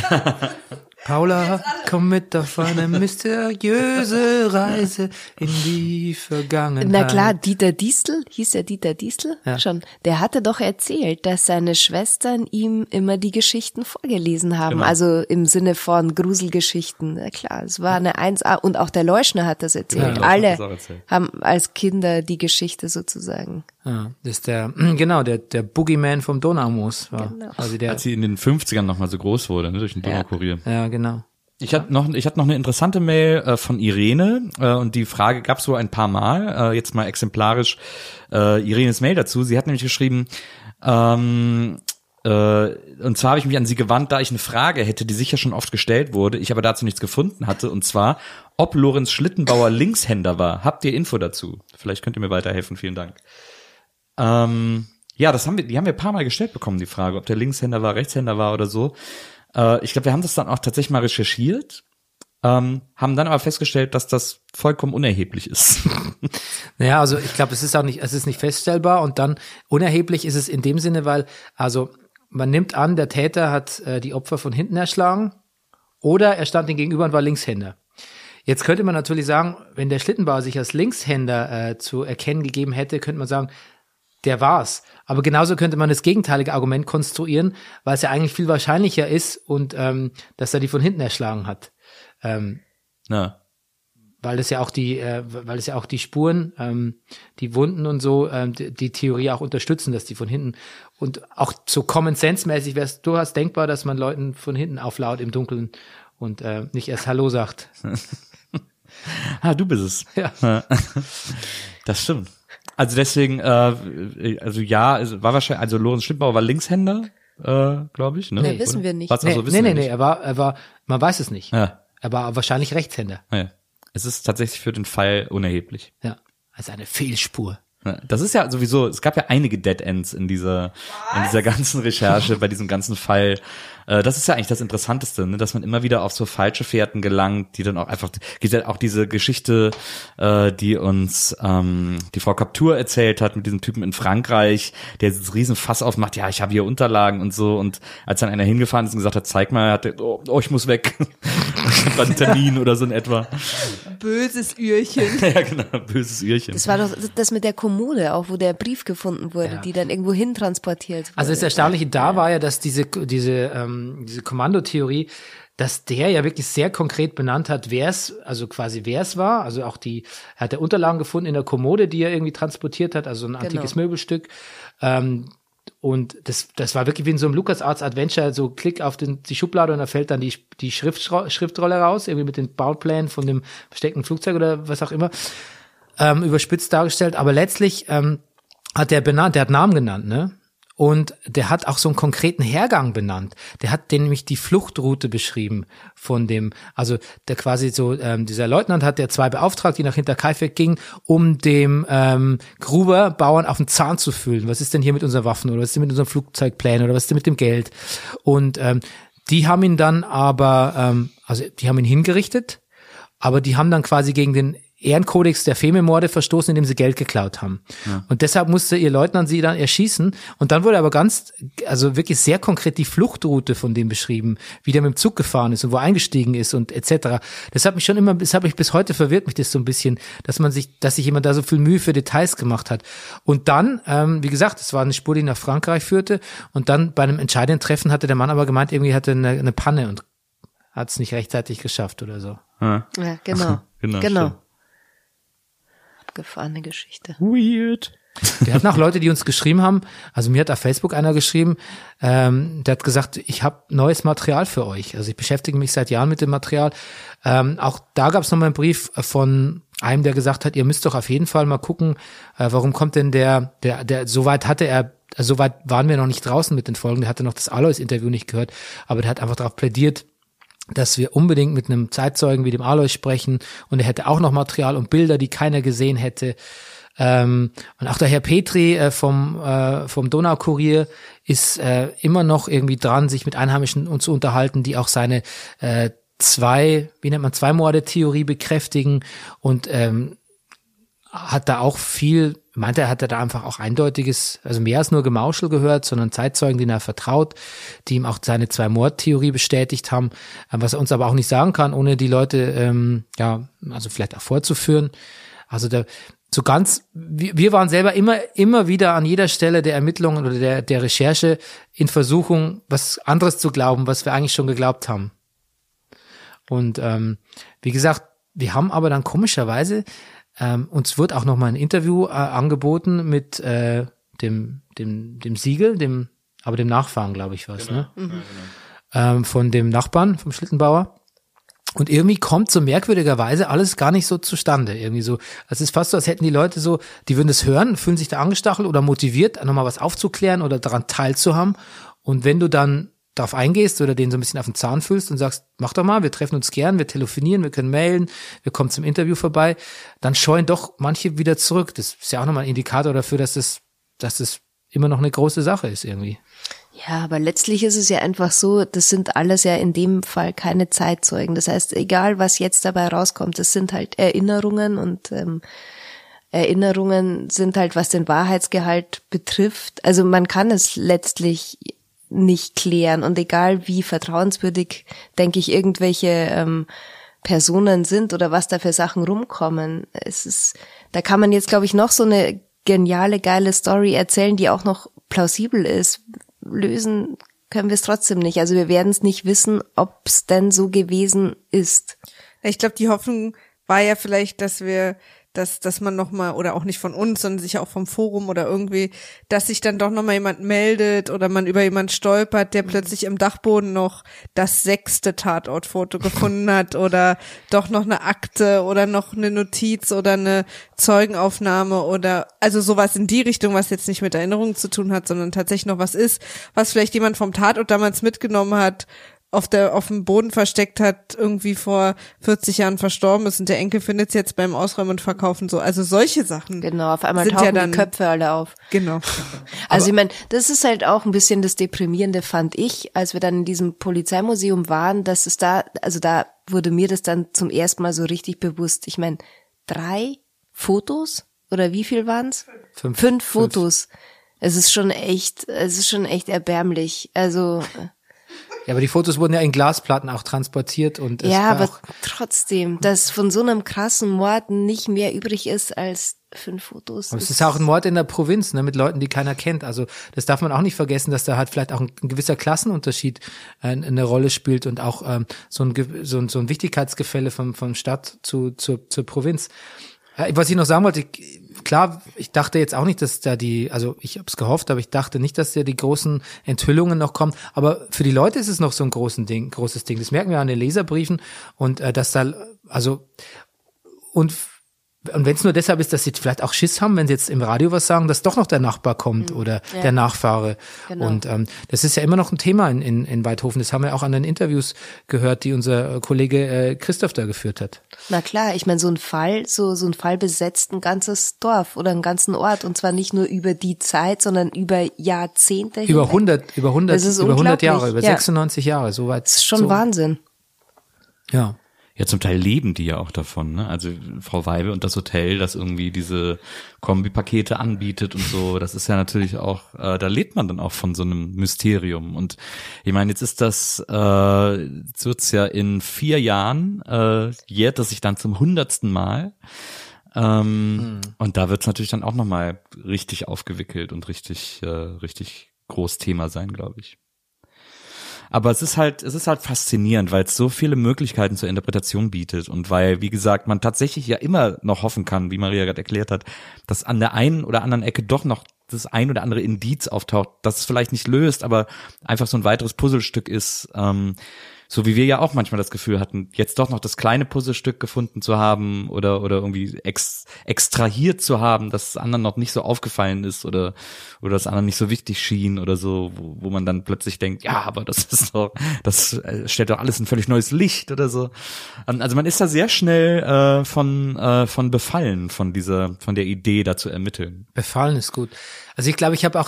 Paula, komm mit auf eine mysteriöse Reise in die Vergangenheit. Na klar, Dieter Diestel, hieß er Dieter Diestel? Ja. Schon. Der hatte doch erzählt, dass seine Schwestern ihm immer die Geschichten vorgelesen haben. Genau. Also im Sinne von Gruselgeschichten. Na klar, es war eine 1A. Und auch der Leuschner hat das erzählt. Ja, Alle hat das auch erzählt. haben als Kinder die Geschichte sozusagen. Ja, das ist der Boogeyman vom Donaumoos war. Genau. Also der, Als sie in den 50ern nochmal so groß wurde, ne, durch den Donaukurier. ja, genau. Ich hatte noch eine interessante Mail von Irene und die Frage gab es so ein paar Mal, jetzt mal exemplarisch Irenes Mail dazu. Sie hat nämlich geschrieben, und zwar habe ich mich an sie gewandt, da ich eine Frage hätte, die sicher schon oft gestellt wurde, ich aber dazu nichts gefunden hatte, und zwar, ob Lorenz Schlittenbauer Linkshänder war. Habt ihr Info dazu? Vielleicht könnt ihr mir weiterhelfen, vielen Dank. Ja, die haben wir ein paar Mal gestellt bekommen, die Frage, ob der Linkshänder war, Rechtshänder war oder so. Ich glaube, wir haben das dann auch tatsächlich mal recherchiert, haben dann aber festgestellt, dass das vollkommen unerheblich ist. Naja, also ich glaube, es ist nicht feststellbar und dann unerheblich ist es in dem Sinne, weil, also man nimmt an, der Täter hat die Opfer von hinten erschlagen oder er stand ihnen gegenüber und war Linkshänder. Jetzt könnte man natürlich sagen, wenn der Schlittenbauer sich als Linkshänder zu erkennen gegeben hätte, könnte man sagen, der war's. Aber genauso könnte man das gegenteilige Argument konstruieren, weil es ja eigentlich viel wahrscheinlicher ist und dass er die von hinten erschlagen hat. Ja. Weil es ja auch die Spuren, die Wunden und so, die Theorie auch unterstützen, dass die von hinten und auch so Common Sense mäßig wäre es durchaus denkbar, dass man Leuten von hinten auflaut im Dunkeln und nicht erst Hallo sagt. Du bist es. Ja. Das stimmt. Also deswegen, war wahrscheinlich, also Lorenz Schlittenbauer war Linkshänder, glaube ich, ne? Nee, wissen wir nicht. Nee, er war, man weiß es nicht. Ja. Er war wahrscheinlich Rechtshänder. Ja. Es ist tatsächlich für den Fall unerheblich. Ja, also eine Fehlspur. Das ist ja sowieso, es gab ja einige Dead Ends in dieser ganzen Recherche, bei diesem ganzen Fall. Das ist ja eigentlich das Interessanteste, ne? Dass man immer wieder auf so falsche Fährten gelangt, die dann auch einfach, gibt ja auch diese Geschichte, die uns die Frau Kaptur erzählt hat mit diesem Typen in Frankreich, der dieses riesen Fass aufmacht, ja, ich habe hier Unterlagen und so, und als dann einer hingefahren ist und gesagt hat, zeig mal, hat er, oh, ich muss weg. Ich hab einen Termin oder so in etwa. Böses Ührchen. Ja, genau, böses Ührchen. Das war doch das mit der Kommode auch, wo der Brief gefunden wurde, die dann irgendwo hin transportiert wurde. Also das Erstaunliche da war ja, dass diese Kommandotheorie, dass der ja wirklich sehr konkret benannt hat, wer es war. Also auch er hat Unterlagen gefunden in der Kommode, die er irgendwie transportiert hat, also ein antikes Möbelstück. Und das war wirklich wie in so einem LucasArts Adventure, so Klick auf die Schublade und da fällt dann die Schriftrolle raus, irgendwie mit den Bauplänen von dem versteckten Flugzeug oder was auch immer, überspitzt dargestellt. Aber letztlich hat der hat Namen genannt, ne? Und der hat auch so einen konkreten Hergang benannt. Der hat nämlich die Fluchtroute beschrieben von dem, also der quasi so, dieser Leutnant hat der 2 beauftragt, die nach Hinterkaifeck gingen, um dem Gruber-Bauern auf den Zahn zu fühlen. Was ist denn hier mit unseren Waffen oder was ist denn mit unseren Flugzeugplänen oder was ist denn mit dem Geld? Und die haben ihn dann aber, die haben ihn hingerichtet, aber die haben dann quasi gegen den Ehrenkodex der Fememorde verstoßen, indem sie Geld geklaut haben. Ja. Und deshalb musste ihr Leutnant sie dann erschießen. Und dann wurde aber also wirklich sehr konkret die Fluchtroute von dem beschrieben, wie der mit dem Zug gefahren ist und wo eingestiegen ist und etc. Das hat mich bis heute verwirrt mich das so ein bisschen, dass sich jemand da so viel Mühe für Details gemacht hat. Und dann, wie gesagt, es war eine Spur, die nach Frankreich führte. Und dann bei einem entscheidenden Treffen hatte der Mann aber gemeint, irgendwie hatte eine Panne und hat es nicht rechtzeitig geschafft oder so. Ja, genau. Genau. Abgefahrene Geschichte. Weird. Wir hatten auch Leute, die uns geschrieben haben, also mir hat auf Facebook einer geschrieben, der hat gesagt, ich habe neues Material für euch. Also ich beschäftige mich seit Jahren mit dem Material. Auch da gab es nochmal einen Brief von einem, der gesagt hat, ihr müsst doch auf jeden Fall mal gucken, warum kommt denn der soweit waren wir noch nicht draußen mit den Folgen, der hatte noch das Alois-Interview nicht gehört, aber der hat einfach darauf plädiert, dass wir unbedingt mit einem Zeitzeugen wie dem Alois sprechen und er hätte auch noch Material und Bilder, die keiner gesehen hätte. Und auch der Herr Petri vom Donaukurier ist immer noch irgendwie dran, sich mit Einheimischen zu unterhalten, die auch seine Zwei-Morde-Theorie bekräftigen und hat da auch viel, meinte er, hat er da einfach auch eindeutiges, also mehr als nur Gemauschel gehört, sondern Zeitzeugen, denen er vertraut, die ihm auch seine Zwei-Mord-Theorie bestätigt haben, was er uns aber auch nicht sagen kann, ohne die Leute, also vielleicht auch vorzuführen. Also wir waren selber immer wieder an jeder Stelle der Ermittlungen oder der Recherche in Versuchung, was anderes zu glauben, was wir eigentlich schon geglaubt haben. Und wie gesagt, wir haben aber dann komischerweise uns wird auch noch mal ein Interview angeboten mit dem Siegel, dem Nachfahren, glaube ich, was, genau. Ne? Ja, genau. Von dem Nachbarn, vom Schlittenbauer. Und irgendwie kommt so merkwürdigerweise alles gar nicht so zustande. Irgendwie so, es ist fast so, als hätten die Leute so, die würden es hören, fühlen sich da angestachelt oder motiviert, nochmal was aufzuklären oder daran teilzuhaben. Und wenn du dann darauf eingehst oder den so ein bisschen auf den Zahn fühlst und sagst, mach doch mal, wir treffen uns gern, wir telefonieren, wir können mailen, wir kommen zum Interview vorbei, dann scheuen doch manche wieder zurück. Das ist ja auch nochmal ein Indikator dafür, dass das immer noch eine große Sache ist irgendwie. Ja, aber letztlich ist es ja einfach so, das sind alles ja in dem Fall keine Zeitzeugen. Das heißt, egal was jetzt dabei rauskommt, das sind halt Erinnerungen und Erinnerungen sind halt, was den Wahrheitsgehalt betrifft. Also man kann es letztlich nicht klären und egal wie vertrauenswürdig, denke ich, irgendwelche Personen sind oder was da für Sachen rumkommen. Da kann man jetzt, glaube ich, noch so eine geniale, geile Story erzählen, die auch noch plausibel ist. Lösen können wir es trotzdem nicht. Also wir werden es nicht wissen, ob es denn so gewesen ist. Ich glaube, die Hoffnung war ja vielleicht, dass man nochmal, oder auch nicht von uns, sondern sicher auch vom Forum oder irgendwie, dass sich dann doch nochmal jemand meldet oder man über jemand stolpert, der plötzlich im Dachboden noch das 6. Tatortfoto gefunden hat oder doch noch eine Akte oder noch eine Notiz oder eine Zeugenaufnahme oder also sowas in die Richtung, was jetzt nicht mit Erinnerungen zu tun hat, sondern tatsächlich noch was ist, was vielleicht jemand vom Tatort damals mitgenommen hat, auf dem Boden versteckt hat, irgendwie vor 40 Jahren verstorben ist und der Enkel findet es jetzt beim Ausräumen und Verkaufen so. Also solche Sachen. Genau, auf einmal tauchen ja dann die Köpfe alle auf. Genau. Also ich meine, das ist halt auch ein bisschen das Deprimierende, fand ich, als wir dann in diesem Polizeimuseum waren, dass es da wurde mir das dann zum ersten Mal so richtig bewusst. Ich meine, 3 Fotos oder wie viel waren's? 5 Fotos. Es ist schon echt erbärmlich. Also ja, aber die Fotos wurden ja in Glasplatten auch transportiert und ja, aber trotzdem, dass von so einem krassen Mord nicht mehr übrig ist als 5 Fotos. Aber es ist auch ein Mord in der Provinz, ne, mit Leuten, die keiner kennt. Also das darf man auch nicht vergessen, dass da halt vielleicht auch ein gewisser Klassenunterschied eine Rolle spielt und auch so ein Wichtigkeitsgefälle von Stadt zur Provinz. Was ich noch sagen wollte, klar, ich dachte jetzt auch nicht, dass da ich habe es gehofft, aber ich dachte nicht, dass da die großen Enthüllungen noch kommen. Aber für die Leute ist es noch so ein großes Ding. Das merken wir an den Leserbriefen und dass da, also und wenn es nur deshalb ist, dass sie vielleicht auch Schiss haben, wenn sie jetzt im Radio was sagen, dass doch noch der Nachbar kommt oder der Nachfahre. Genau. Und das ist ja immer noch ein Thema in Waidhofen. Das haben wir auch an den Interviews gehört, die unser Kollege Christoph da geführt hat. Na klar, ich meine, so ein Fall besetzt ein ganzes Dorf oder einen ganzen Ort und zwar nicht nur über die Zeit, sondern über Jahrzehnte. Über 100 Jahre, über 96 Jahre, so weit. Das ist schon Wahnsinn. Ja. Ja, zum Teil leben die ja auch davon, ne? Also Frau Weibe und das Hotel, das irgendwie diese Kombipakete anbietet und so, das ist ja natürlich auch, da lebt man dann auch von so einem Mysterium. Und ich meine, jetzt ist das, jetzt wird's ja in 4 Jahren, jährt das sich dann zum 100. Mal. Und da wird's natürlich dann auch nochmal richtig aufgewickelt und richtig groß Thema sein, glaube ich. Aber es ist halt faszinierend, weil es so viele Möglichkeiten zur Interpretation bietet und weil, wie gesagt, man tatsächlich ja immer noch hoffen kann, wie Maria gerade erklärt hat, dass an der einen oder anderen Ecke doch noch das ein oder andere Indiz auftaucht, das es vielleicht nicht löst, aber einfach so ein weiteres Puzzlestück ist, so wie wir ja auch manchmal das Gefühl hatten, jetzt doch noch das kleine Puzzlestück gefunden zu haben oder irgendwie extrahiert zu haben, dass es anderen noch nicht so aufgefallen ist oder das anderen nicht so wichtig schien oder so, wo man dann plötzlich denkt, ja, aber das stellt doch alles ein völlig neues Licht oder so. Also man ist da sehr schnell von befallen von der Idee, da zu ermitteln. Befallen ist gut. Also ich glaube, ich habe auch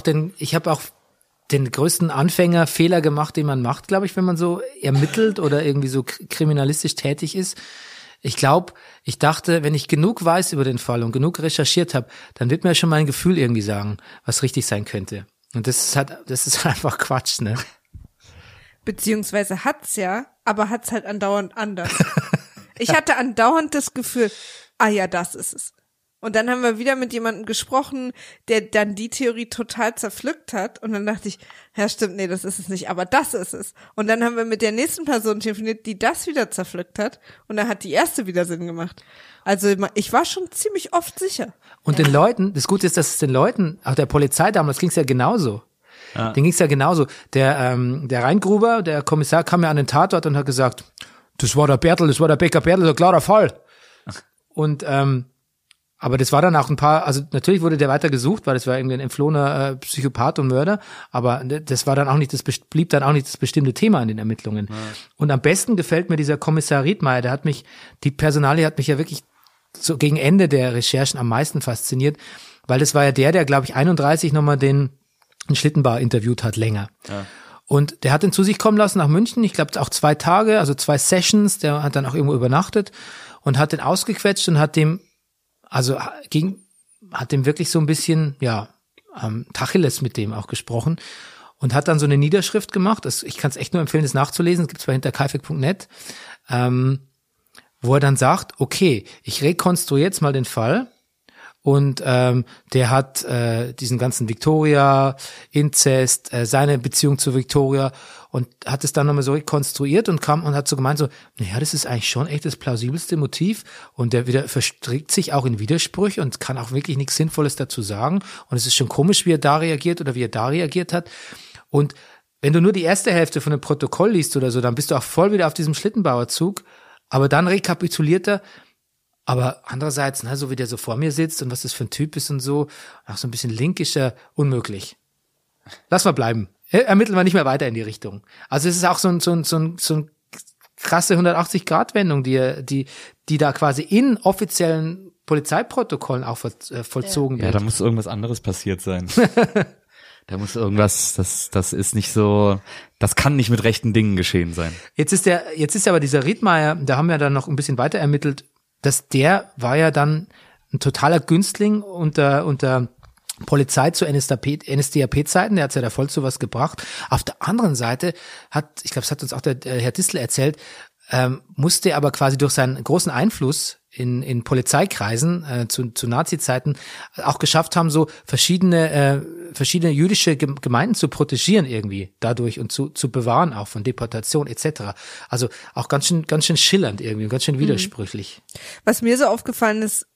den größten Anfängerfehler gemacht, den man macht, glaube ich, wenn man so ermittelt oder irgendwie so kriminalistisch tätig ist. Ich dachte, wenn ich genug weiß über den Fall und genug recherchiert habe, dann wird mir schon mein Gefühl irgendwie sagen, was richtig sein könnte. Und das ist einfach Quatsch, ne? Beziehungsweise hat's ja, aber hat's halt andauernd anders. Ich hatte andauernd das Gefühl, ja, das ist es. Und dann haben wir wieder mit jemandem gesprochen, der dann die Theorie total zerpflückt hat. Und dann dachte ich, ja stimmt, nee, das ist es nicht, aber das ist es. Und dann haben wir mit der nächsten Person telefoniert, die das wieder zerpflückt hat. Und dann hat die erste wieder Sinn gemacht. Also ich war schon ziemlich oft sicher. Und den Leuten, das Gute ist, dass es den Leuten, auch der Polizei damals ging's ja genauso. Ja. Denen ging's ja genauso. Der Reingruber, der Kommissar, kam ja an den Tatort und hat gesagt, das war der Bäcker Bertel, so klarer Fall. Und aber das war dann auch also natürlich wurde der weiter gesucht, weil das war irgendwie ein entflohener Psychopath und Mörder, aber das war dann auch nicht blieb dann auch nicht das bestimmte Thema in den Ermittlungen. Ja. Und am besten gefällt mir dieser Kommissar Riedmeier, die Personalie hat mich ja wirklich so gegen Ende der Recherchen am meisten fasziniert, weil das war ja der, glaube ich, 31 nochmal den Schlittenbauer interviewt hat, länger. Ja. Und der hat ihn zu sich kommen lassen nach München, ich glaube auch 2 Tage, also 2 Sessions, der hat dann auch irgendwo übernachtet und hat den ausgequetscht und hat dem wirklich so ein bisschen, Tacheles mit dem auch gesprochen und hat dann so eine Niederschrift gemacht. Ich kann es echt nur empfehlen, das nachzulesen. Es gibt es bei hinterkaifeck.net, wo er dann sagt, okay, ich rekonstruiere jetzt mal den Fall. Und der hat diesen ganzen Victoria, Inzest, seine Beziehung zu Victoria und hat es dann nochmal so rekonstruiert und kam und hat so gemeint, so, naja, das ist eigentlich schon echt das plausibelste Motiv und der wieder verstrickt sich auch in Widersprüche und kann auch wirklich nichts Sinnvolles dazu sagen und es ist schon komisch, wie er da reagiert oder wie er da reagiert hat. Und wenn du nur die erste Hälfte von dem Protokoll liest oder so, dann bist du auch voll wieder auf diesem Schlittenbauerzug, aber dann rekapituliert er. Aber andererseits, so wie der so vor mir sitzt und was das für ein Typ ist und so, auch so ein bisschen link ist er unmöglich. Lass mal bleiben. Ermitteln wir nicht mehr weiter in die Richtung. Also es ist auch so ein krasse 180-Grad-Wendung, die da quasi in offiziellen Polizeiprotokollen auch vollzogen wird. Ja, da muss irgendwas anderes passiert sein. Da muss irgendwas, das ist nicht so, das kann nicht mit rechten Dingen geschehen sein. Jetzt ist aber dieser Riedmeier, da haben wir dann noch ein bisschen weiter ermittelt, dass der war ja dann ein totaler Günstling unter Polizei zu NSDAP-Zeiten, der hat ja da voll zu was gebracht. Auf der anderen Seite ich glaube, das hat uns auch der Herr Distel erzählt, musste aber quasi durch seinen großen Einfluss in Polizeikreisen zu Nazi-Zeiten auch geschafft haben, so verschiedene jüdische Gemeinden zu protegieren irgendwie dadurch und zu bewahren auch von Deportation etc. Also auch ganz schön schillernd irgendwie, ganz schön widersprüchlich. Was mir so aufgefallen ist,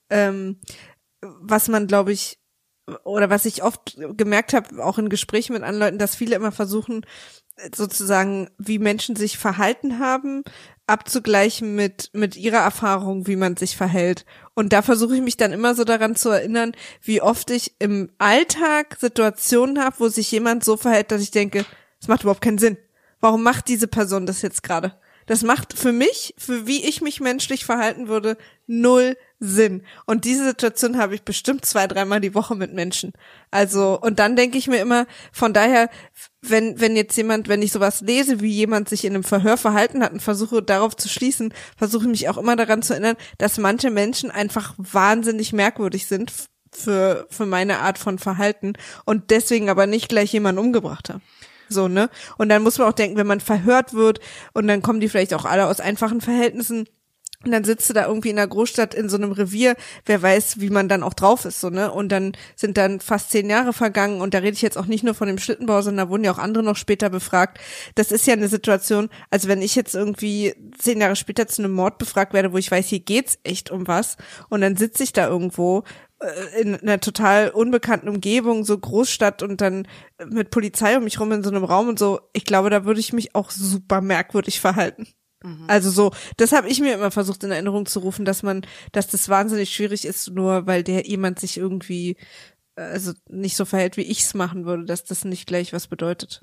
was man, glaube ich, oder was ich oft gemerkt habe, auch in Gesprächen mit anderen Leuten, dass viele immer versuchen, sozusagen, wie Menschen sich verhalten haben, abzugleichen mit ihrer Erfahrung, wie man sich verhält. Und da versuche ich mich dann immer so daran zu erinnern, wie oft ich im Alltag Situationen habe, wo sich jemand so verhält, dass ich denke, das macht überhaupt keinen Sinn. Warum macht diese Person das jetzt gerade? Das macht für mich, für wie ich mich menschlich verhalten würde, 0 Sinn. Und diese Situation habe ich bestimmt 2-3 Mal die Woche mit Menschen. Also, und dann denke ich mir immer, von daher, wenn ich sowas lese, wie jemand sich in einem Verhör verhalten hat und versuche darauf zu schließen, versuche ich mich auch immer daran zu erinnern, dass manche Menschen einfach wahnsinnig merkwürdig sind für meine Art von Verhalten und deswegen aber nicht gleich jemanden umgebracht haben. So, ne? Und dann muss man auch denken, wenn man verhört wird und dann kommen die vielleicht auch alle aus einfachen Verhältnissen und dann sitzt du da irgendwie in der Großstadt in so einem Revier, wer weiß, wie man dann auch drauf ist, so, ne? Und dann sind dann fast 10 Jahre vergangen und da rede ich jetzt auch nicht nur von dem Schlittenbauer, sondern da wurden ja auch andere noch später befragt. Das ist ja eine Situation, also wenn ich jetzt irgendwie 10 Jahre später zu einem Mord befragt werde, wo ich weiß, hier geht's echt um was und dann sitze ich da irgendwo in einer total unbekannten Umgebung, so Großstadt und dann mit Polizei um mich rum in so einem Raum und so, ich glaube, da würde ich mich auch super merkwürdig verhalten. Also so, das habe ich mir immer versucht in Erinnerung zu rufen, dass das wahnsinnig schwierig ist, nur weil jemand sich irgendwie also nicht so verhält, wie ich es machen würde, dass das nicht gleich was bedeutet.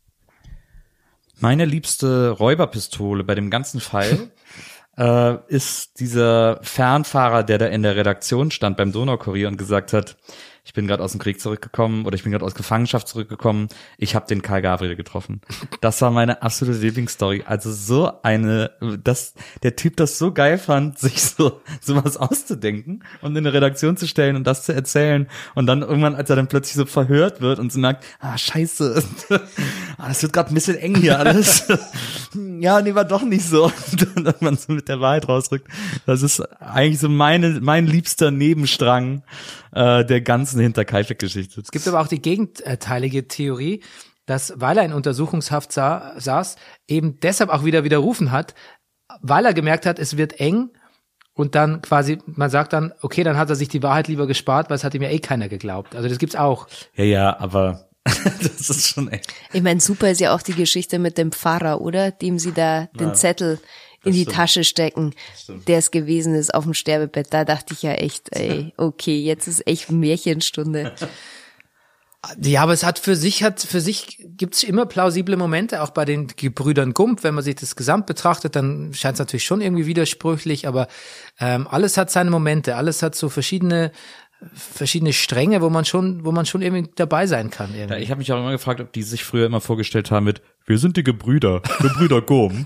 Meine liebste Räuberpistole bei dem ganzen Fall ist dieser Fernfahrer, der da in der Redaktion stand beim Donaukurier und gesagt hat, ich bin gerade aus dem Krieg zurückgekommen oder ich bin gerade aus Gefangenschaft zurückgekommen, ich habe den Karl Gabriel getroffen. Das war meine absolute Lieblingsstory. Also der Typ das so geil fand, sich sowas auszudenken und in eine Redaktion zu stellen und das zu erzählen und dann irgendwann, als er dann plötzlich so verhört wird und so merkt, scheiße, das wird gerade ein bisschen eng hier alles. Ja, nee, war doch nicht so. Und dann man so mit der Wahrheit rausrückt. Das ist eigentlich so mein liebster Nebenstrang der ganzen Hinterkaifeck-Geschichte. Es gibt aber auch die gegenteilige Theorie, dass, weil er in Untersuchungshaft saß, eben deshalb auch wieder widerrufen hat, weil er gemerkt hat, es wird eng und dann quasi, man sagt dann, okay, dann hat er sich die Wahrheit lieber gespart, weil es hat ihm ja eh keiner geglaubt. Also das gibt's auch. Ja, aber das ist schon echt. Ich meine, super ist ja auch die Geschichte mit dem Pfarrer, oder? Dem sie da den Zettel in die Tasche stecken, der es gewesen ist auf dem Sterbebett. Da dachte ich ja echt, okay, jetzt ist echt Märchenstunde. Ja, aber es hat für sich gibt's immer plausible Momente, auch bei den Gebrüdern Gump. Wenn man sich das Gesamt betrachtet, dann scheint es natürlich schon irgendwie widersprüchlich, aber alles hat seine Momente, alles hat so verschiedene Stränge, wo man schon irgendwie dabei sein kann. Irgendwie. Ja, ich habe mich auch immer gefragt, ob die sich früher immer vorgestellt haben mit, wir sind die Gebrüder Gump.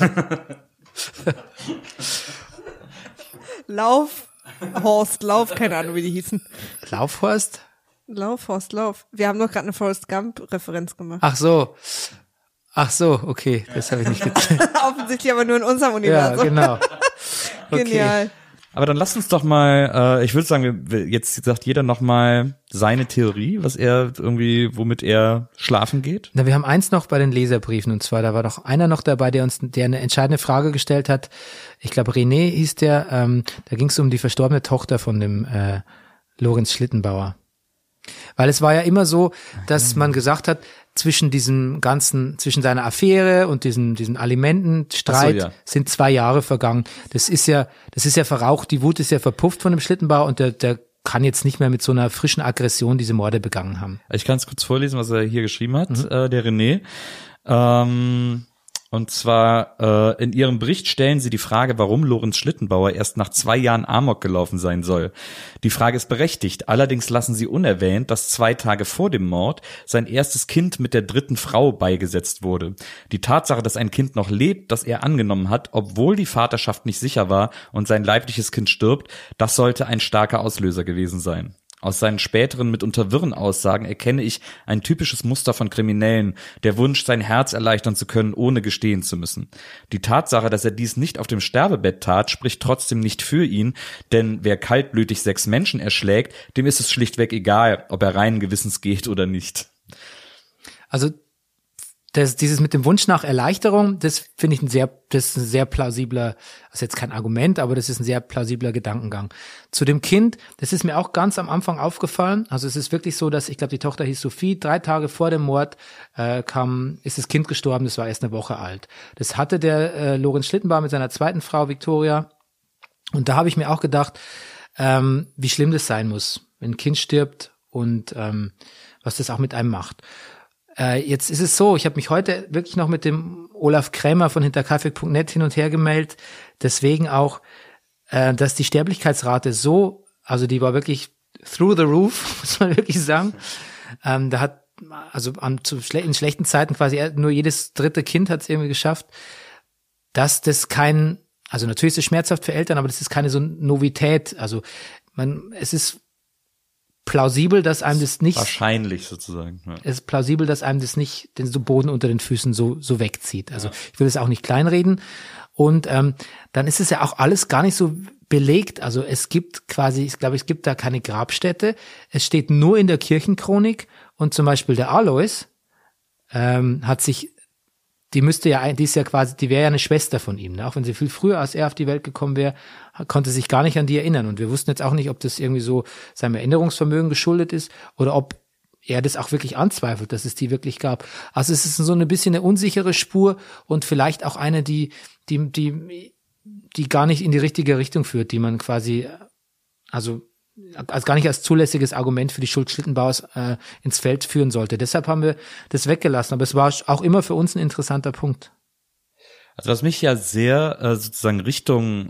Lauf, keine Ahnung, wie die hießen. Laufhorst? Lauf. Wir haben doch gerade eine Forrest Gump-Referenz gemacht. Ach so, okay, das habe ich nicht gezählt. Offensichtlich aber nur in unserem Universum. Ja, genau. Okay. Genial. Aber dann lasst uns doch mal, ich würde sagen, jetzt sagt jeder noch mal seine Theorie, womit er schlafen geht. Na, wir haben eins noch bei den Leserbriefen, und zwar, da war doch einer noch dabei, der eine entscheidende Frage gestellt hat. Ich glaube, René hieß der, da ging es um die verstorbene Tochter von dem Lorenz Schlittenbauer. Weil es war ja immer so, dass man gesagt hat, zwischen seiner Affäre und diesem Alimentenstreit sind 2 Jahre vergangen. Das ist ja verraucht, die Wut ist ja verpufft von dem Schlittenbauer und der kann jetzt nicht mehr mit so einer frischen Aggression diese Morde begangen haben. Ich kann es kurz vorlesen, was er hier geschrieben hat, der René. Und zwar in ihrem Bericht stellen sie die Frage, warum Lorenz Schlittenbauer erst nach 2 Jahren Amok gelaufen sein soll. Die Frage ist berechtigt, allerdings lassen sie unerwähnt, dass 2 Tage vor dem Mord sein erstes Kind mit der 3. Frau beigesetzt wurde. Die Tatsache, dass ein Kind noch lebt, das er angenommen hat, obwohl die Vaterschaft nicht sicher war und sein leibliches Kind stirbt, das sollte ein starker Auslöser gewesen sein. Aus seinen späteren, mitunter wirren Aussagen erkenne ich ein typisches Muster von Kriminellen, der Wunsch, sein Herz erleichtern zu können, ohne gestehen zu müssen. Die Tatsache, dass er dies nicht auf dem Sterbebett tat, spricht trotzdem nicht für ihn, denn wer kaltblütig 6 Menschen erschlägt, dem ist es schlichtweg egal, ob er reinen Gewissens geht oder nicht. Also dieses mit dem Wunsch nach Erleichterung, das finde ich das ist ein sehr plausibler, also jetzt kein Argument, aber das ist ein sehr plausibler Gedankengang. Zu dem Kind, das ist mir auch ganz am Anfang aufgefallen, also es ist wirklich so, dass, ich glaube, die Tochter hieß Sophie, 3 Tage vor dem Mord ist das Kind gestorben, das war erst 1 Woche alt. Das hatte der Lorenz Schlittenbauer mit seiner 2. Frau Victoria und da habe ich mir auch gedacht, wie schlimm das sein muss, wenn ein Kind stirbt und was das auch mit einem macht. Jetzt ist es so, ich habe mich heute wirklich noch mit dem Olaf Krämer von hinterkaifeck.net hin und her gemeldet, deswegen auch, dass die Sterblichkeitsrate so, also die war wirklich through the roof, muss man wirklich sagen. Da hat, also in schlechten Zeiten quasi nur jedes dritte Kind hat es irgendwie geschafft, dass das also natürlich ist es schmerzhaft für Eltern, aber das ist keine so Novität, also es ist plausibel, dass einem das nicht wahrscheinlich sozusagen. Ja. Es ist plausibel, dass einem das nicht den so Boden unter den Füßen so wegzieht. Also ich will das auch nicht kleinreden. Und dann ist es ja auch alles gar nicht so belegt. Also es gibt quasi, ich glaube, es gibt da keine Grabstätte. Es steht nur in der Kirchenchronik. Und zum Beispiel der Alois hat sich, die ist ja quasi, die wäre ja eine Schwester von ihm. Ne? Auch wenn sie viel früher als er auf die Welt gekommen wäre, konnte sich gar nicht an die erinnern. Und wir wussten jetzt auch nicht, ob das irgendwie so seinem Erinnerungsvermögen geschuldet ist oder ob er das auch wirklich anzweifelt, dass es die wirklich gab. Also es ist so ein bisschen eine unsichere Spur und vielleicht auch eine, die gar nicht in die richtige Richtung führt, die man quasi, also gar nicht als zulässiges Argument für die Schuld Schlittenbauers ins Feld führen sollte. Deshalb haben wir das weggelassen. Aber es war auch immer für uns ein interessanter Punkt. Also was mich ja sehr sozusagen Richtung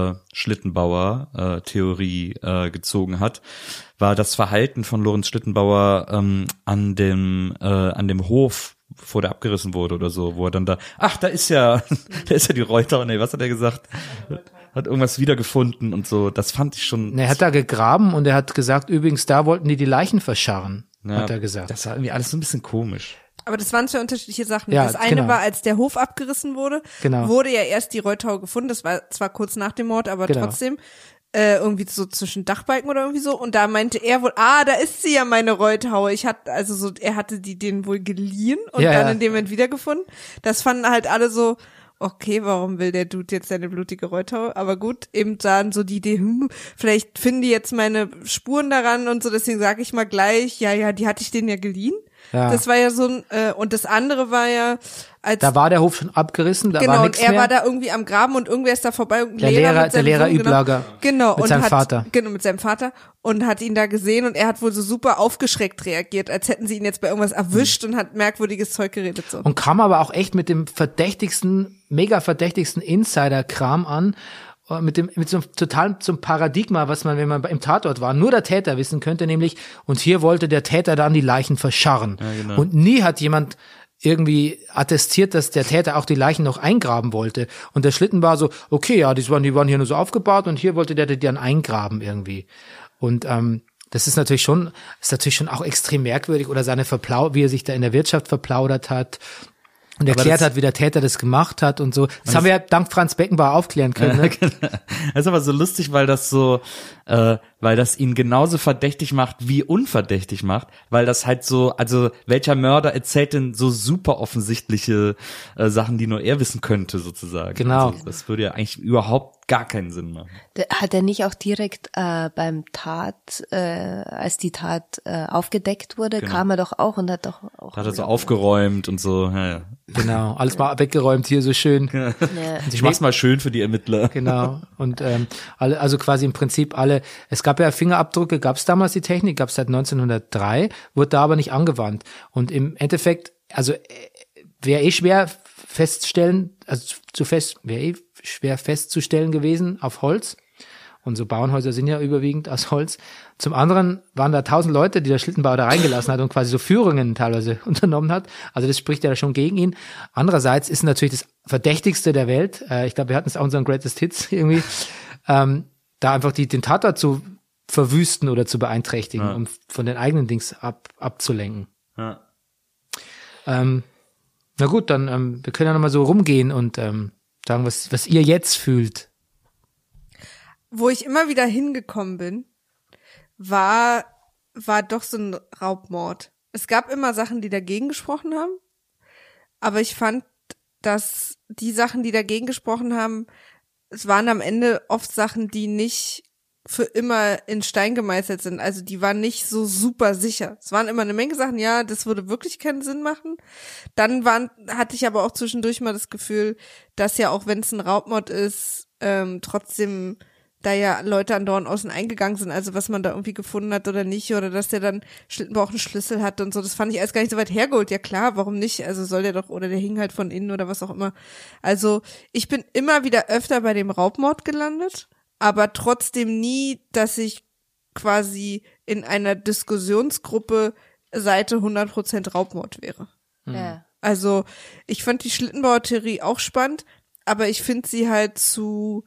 Schlittenbauer-Theorie gezogen hat, war das Verhalten von Lorenz Schlittenbauer an dem Hof, bevor der abgerissen wurde oder so, wo er dann da ist ja die Reuter, was hat er gesagt? Hat irgendwas wiedergefunden und so, das fand ich schon. Er hat da gegraben und er hat gesagt, übrigens, da wollten die Leichen verscharren, hat er gesagt. Das war irgendwie alles so ein bisschen komisch. Aber das waren zwei unterschiedliche Sachen. Ja, das eine war, als der Hof abgerissen wurde, wurde ja erst die Reutau gefunden. Das war zwar kurz nach dem Mord, aber trotzdem irgendwie so zwischen Dachbalken oder irgendwie so. Und da meinte er wohl, da ist sie ja, meine Reutau. Er hatte die denen wohl geliehen und dann in dem Moment wiedergefunden. Das fanden halt alle so, okay, warum will der Dude jetzt seine blutige Reutau? Aber gut, eben sahen so die Idee, vielleicht finden die jetzt meine Spuren daran und so, deswegen sage ich mal gleich, ja, die hatte ich denen ja geliehen. Ja. Das war ja so ein, und das andere war ja, da war der Hof schon abgerissen, da war nichts mehr. Genau, und er war da irgendwie am Graben und irgendwer ist da vorbei. Und der Lehrer Üblager. Genau. Mit seinem Vater. Genau, mit seinem Vater. Und hat ihn da gesehen und er hat wohl so super aufgeschreckt reagiert, als hätten sie ihn jetzt bei irgendwas erwischt und hat merkwürdiges Zeug geredet, so. Und kam aber auch echt mit dem mega verdächtigsten Insider-Kram an, mit so zum Paradigma, was man, wenn man im Tatort war, nur der Täter wissen könnte, nämlich, und hier wollte der Täter dann die Leichen verscharren. Ja, genau. Und nie hat jemand irgendwie attestiert, dass der Täter auch die Leichen noch eingraben wollte. Und der Schlitten war so, okay, ja, die waren hier nur so aufgebaut und hier wollte der die dann eingraben irgendwie. Und das ist natürlich schon auch extrem merkwürdig, oder wie er sich da in der Wirtschaft verplaudert hat und erklärt hat, wie der Täter das gemacht hat und so. Das haben wir ja dank Franz Beckenbauer aufklären können. Ne? Das ist aber so lustig, weil das ihn genauso verdächtig macht wie unverdächtig macht, weil das halt so, also welcher Mörder erzählt denn so super offensichtliche Sachen, die nur er wissen könnte, sozusagen. Genau. Also, das würde ja eigentlich überhaupt gar keinen Sinn machen. Hat er nicht auch direkt beim als die Tat aufgedeckt wurde, kam er doch auch und hat doch auch. Hat er so aufgeräumt und so, ja. Genau, alles mal weggeräumt hier, so schön. Ja. Ich mach's mal schön für die Ermittler. Genau. Und also quasi im Prinzip es gab ja Fingerabdrücke, gab es damals die Technik, gab es seit 1903, wurde da aber nicht angewandt. Und im Endeffekt, also wäre schwer festzustellen gewesen auf Holz. Und so Bauernhäuser sind ja überwiegend aus Holz. Zum anderen waren da 1000 Leute, die der Schlittenbauer da reingelassen hat und quasi so Führungen teilweise unternommen hat. Also das spricht ja schon gegen ihn. Andererseits ist natürlich das Verdächtigste der Welt, ich glaube, wir hatten es auch in unseren Greatest Hits irgendwie, da einfach den Tatort zu verwüsten oder zu beeinträchtigen, um von den eigenen Dings abzulenken. Ja. Na gut, dann wir können ja nochmal so rumgehen und sagen, was ihr jetzt fühlt. Wo ich immer wieder hingekommen bin, war doch so ein Raubmord. Es gab immer Sachen, die dagegen gesprochen haben, aber ich fand, dass die Sachen, die dagegen gesprochen haben, es waren am Ende oft Sachen, die nicht für immer in Stein gemeißelt sind. Also die waren nicht so super sicher. Es waren immer eine Menge Sachen, ja, das würde wirklich keinen Sinn machen. Dann hatte ich aber auch zwischendurch mal das Gefühl, dass ja auch wenn es ein Raubmord ist, trotzdem da ja Leute andauernd außen eingegangen sind, also was man da irgendwie gefunden hat oder nicht, oder dass der dann Schlittenbauer auch einen Schlüssel hat und so, das fand ich alles gar nicht so weit hergeholt. Ja klar, warum nicht? Also soll der doch, oder der hing halt von innen oder was auch immer. Also ich bin immer wieder öfter bei dem Raubmord gelandet, aber trotzdem nie, dass ich quasi in einer Diskussionsgruppe Seite 100% Raubmord wäre. Ja. Also ich fand die Schlittenbauer-Theorie auch spannend, aber ich finde sie halt zu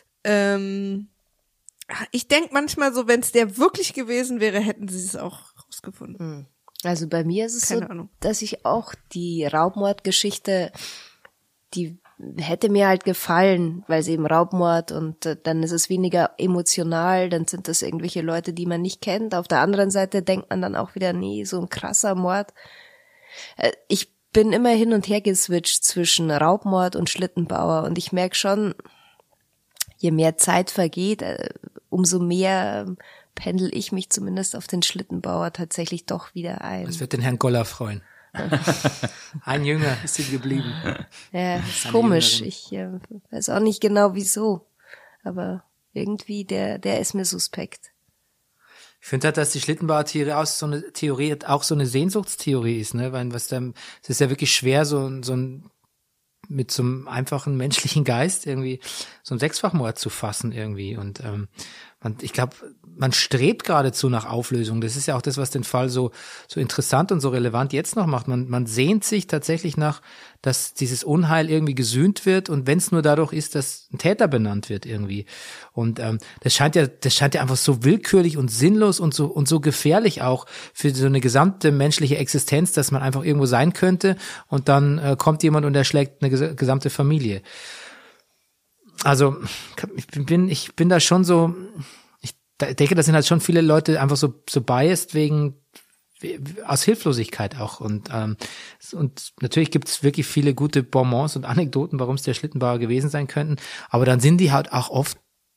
ich denke manchmal so, wenn es der wirklich gewesen wäre, hätten sie es auch rausgefunden. Also bei mir ist es Keine so, Ahnung. dass ich auch die Raubmordgeschichte, die hätte mir halt gefallen, weil sie eben Raubmord und dann ist es weniger emotional, dann sind das irgendwelche Leute, die man nicht kennt. Auf der anderen Seite denkt man dann auch wieder, nee, so ein krasser Mord. Ich bin immer hin und her geswitcht zwischen Raubmord und Schlittenbauer und ich merke schon, je mehr Zeit vergeht, umso mehr pendel ich mich zumindest auf den Schlittenbauer tatsächlich doch wieder ein. Das wird den Herrn Goller freuen. Ein Jünger ist ihm geblieben. Ja, ist komisch. Ich weiß auch nicht genau wieso, aber irgendwie der ist mir suspekt. Ich finde halt, dass die Schlittenbauer-Theorie auch so eine Sehnsuchtstheorie ist, ne? Weil es ist ja wirklich schwer, so ein mit so einem einfachen menschlichen Geist irgendwie so einen Sechsfachmord zu fassen irgendwie und ich glaube, man strebt geradezu nach Auflösung. Das ist ja auch das, was den Fall so interessant und so relevant jetzt noch macht. Man sehnt sich tatsächlich nach, dass dieses Unheil irgendwie gesühnt wird und wenn es nur dadurch ist, dass ein Täter benannt wird irgendwie. Und das scheint ja einfach so willkürlich und sinnlos und so gefährlich auch für so eine gesamte menschliche Existenz, dass man einfach irgendwo sein könnte und dann kommt jemand und erschlägt eine gesamte Familie. Also ich bin da schon so, ich denke, da sind halt schon viele Leute einfach so biased aus Hilflosigkeit auch und natürlich gibt es wirklich viele gute Bonbons und Anekdoten, warum es der Schlittenbauer gewesen sein könnten, aber dann sind die halt auch oft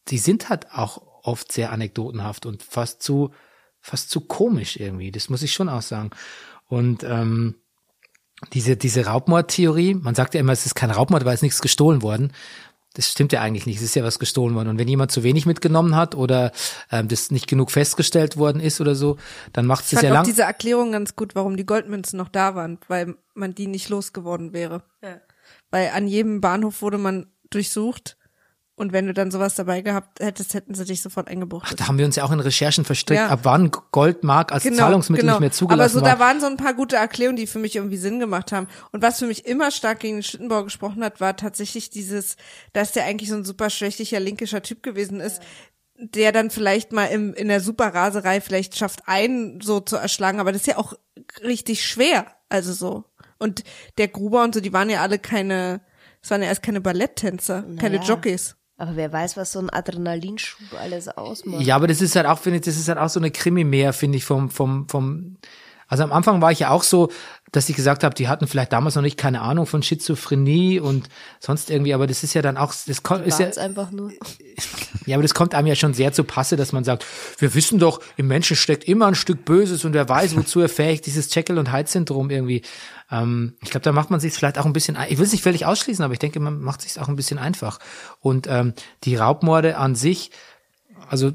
sehr anekdotenhaft und fast zu komisch irgendwie, das muss ich schon auch sagen. Und diese Raubmordtheorie, man sagt ja immer, es ist kein Raubmord, weil es nichts gestohlen worden. Das stimmt ja eigentlich nicht, es ist ja was gestohlen worden. Und wenn jemand zu wenig mitgenommen hat oder das nicht genug festgestellt worden ist oder so, dann macht es das ja lang. Ich fand auch diese Erklärung ganz gut, warum die Goldmünzen noch da waren, weil man die nicht losgeworden wäre. Ja. Weil an jedem Bahnhof wurde man durchsucht und wenn du dann sowas dabei gehabt hättest, hätten sie dich sofort eingebuchtet. Ach, da haben wir uns ja auch in Recherchen verstrickt, ab wann Goldmark als Zahlungsmittel nicht mehr zugelassen war. Aber so, da waren so ein paar gute Erklärungen, die für mich irgendwie Sinn gemacht haben. Und was für mich immer stark gegen den Schlittenbauer gesprochen hat, war tatsächlich dass der eigentlich so ein super schwächlicher linkischer Typ gewesen ist, der dann vielleicht mal in der Superraserei vielleicht schafft, einen so zu erschlagen, aber das ist ja auch richtig schwer, also so. Und der Gruber und so, die waren ja alle es waren ja erst keine Balletttänzer, keine Jockeys. Aber wer weiß, was so ein Adrenalinschub alles ausmacht. Ja, aber das ist halt auch, so eine Krimi-Mehr, finde ich, also am Anfang war ich ja auch so, dass ich gesagt habe, die hatten vielleicht damals noch nicht keine Ahnung von Schizophrenie und sonst irgendwie, aber das ist ja dann auch, das ist ja einfach nur. Ja, aber das kommt einem ja schon sehr zu Passe, dass man sagt, wir wissen doch, im Menschen steckt immer ein Stück Böses und wer weiß, wozu er fähig, dieses Jekyll und Hyde-Syndrom irgendwie. Ich glaube, da macht man sich vielleicht auch ein bisschen, ich will es nicht völlig ausschließen, aber ich denke, man macht sich auch ein bisschen einfach. Und die Raubmorde an sich, also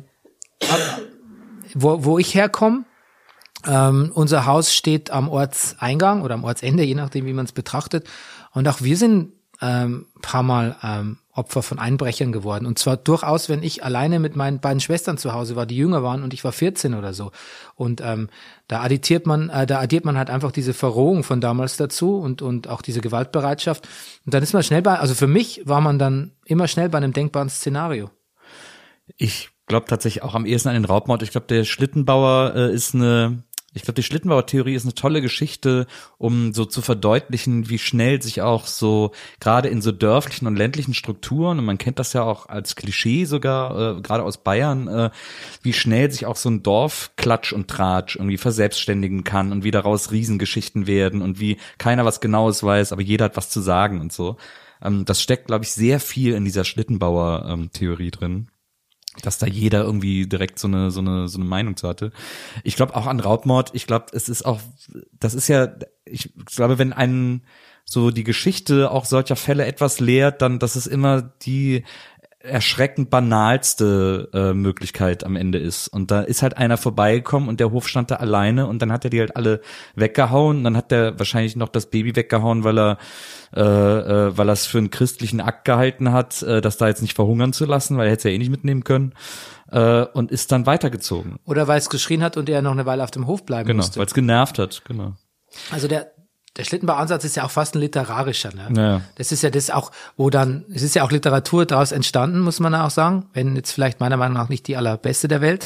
wo ich herkomme, unser Haus steht am Ortseingang oder am Ortsende, je nachdem, wie man es betrachtet. Und auch wir sind paar Mal Opfer von Einbrechern geworden. Und zwar durchaus, wenn ich alleine mit meinen beiden Schwestern zu Hause war, die jünger waren und ich war 14 oder so. Und da addiert man halt einfach diese Verrohung von damals dazu und auch diese Gewaltbereitschaft. Und dann ist man schnell also für mich war man dann immer schnell bei einem denkbaren Szenario. Ich glaube tatsächlich auch am ehesten an den Raubmord. Ich glaube, die Schlittenbauer-Theorie ist eine tolle Geschichte, um so zu verdeutlichen, wie schnell sich auch so, gerade in so dörflichen und ländlichen Strukturen, und man kennt das ja auch als Klischee sogar, gerade aus Bayern, wie schnell sich auch so ein Dorf Klatsch und Tratsch irgendwie verselbstständigen kann und wie daraus Riesengeschichten werden und wie keiner was Genaues weiß, aber jeder hat was zu sagen und so. Das steckt, glaube ich, sehr viel in dieser Schlittenbauer-Theorie drin, dass da jeder irgendwie direkt so eine Meinung zu hatte. Ich glaube auch an Raubmord, ich glaube, ich glaube, wenn einen so die Geschichte auch solcher Fälle etwas lehrt, dann, dass es immer erschreckend banalste Möglichkeit am Ende ist. Und da ist halt einer vorbeigekommen und der Hof stand da alleine und dann hat er die halt alle weggehauen. Und dann hat der wahrscheinlich noch das Baby weggehauen, weil er es für einen christlichen Akt gehalten hat, das da jetzt nicht verhungern zu lassen, weil er hätte es ja eh nicht mitnehmen können. Und ist dann weitergezogen. Oder weil es geschrien hat und er noch eine Weile auf dem Hof bleiben musste. Genau, weil es genervt hat, genau. Also der Schlittenbauansatz ist ja auch fast ein literarischer, ne? Ja. Das ist ja das auch, es ist ja auch Literatur daraus entstanden, muss man auch sagen, wenn jetzt vielleicht meiner Meinung nach nicht die allerbeste der Welt.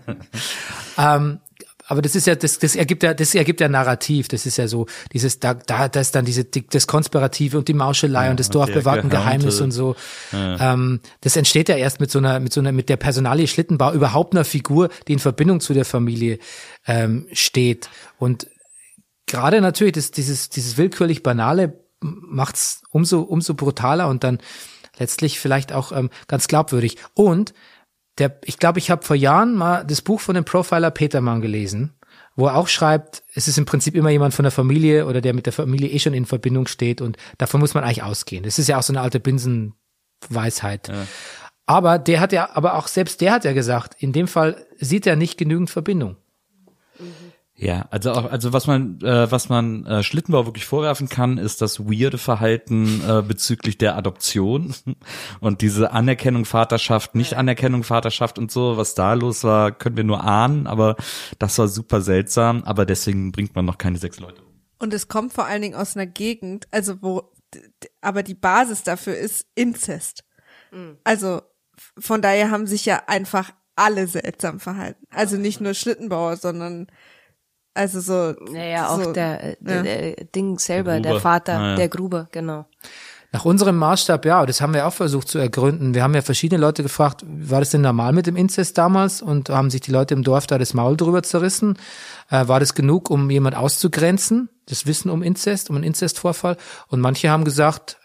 Aber das ist ja, das ergibt ja Narrativ, das ist ja so, da ist dann das Konspirative und die Mauschelei und das Dorfbewahrtengeheimnis und so. Ja. Das entsteht ja erst mit der Personalie Schlittenbau überhaupt einer Figur, die in Verbindung zu der Familie, steht. Und gerade natürlich dieses willkürlich Banale macht's umso brutaler und dann letztlich vielleicht auch ganz glaubwürdig. Und ich glaube, ich habe vor Jahren mal das Buch von dem Profiler Petermann gelesen, wo er auch schreibt, es ist im Prinzip immer jemand von der Familie oder der mit der Familie eh schon in Verbindung steht und davon muss man eigentlich ausgehen. Das ist ja auch so eine alte Binsenweisheit. Ja. Aber selbst der hat ja gesagt, in dem Fall sieht er nicht genügend Verbindung. Ja, also was man Schlittenbau wirklich vorwerfen kann, ist das weirde Verhalten bezüglich der Adoption und diese Anerkennung Vaterschaft, Nicht-Anerkennung Vaterschaft und so, was da los war, können wir nur ahnen, aber das war super seltsam, aber deswegen bringt man noch keine 6 Leute um. Und es kommt vor allen Dingen aus einer Gegend, aber die Basis dafür ist Inzest. Also von daher haben sich ja einfach alle seltsam verhalten. Also nicht nur Schlittenbauer, sondern also so. Naja, auch der Ding selber, der Vater, der Gruber, genau. Nach unserem Maßstab, ja, das haben wir auch versucht zu ergründen. Wir haben ja verschiedene Leute gefragt, war das denn normal mit dem Inzest damals? Und haben sich die Leute im Dorf da das Maul drüber zerrissen? War das genug, um jemand auszugrenzen? Das Wissen um Inzest, um einen Inzestvorfall? Und manche haben gesagt,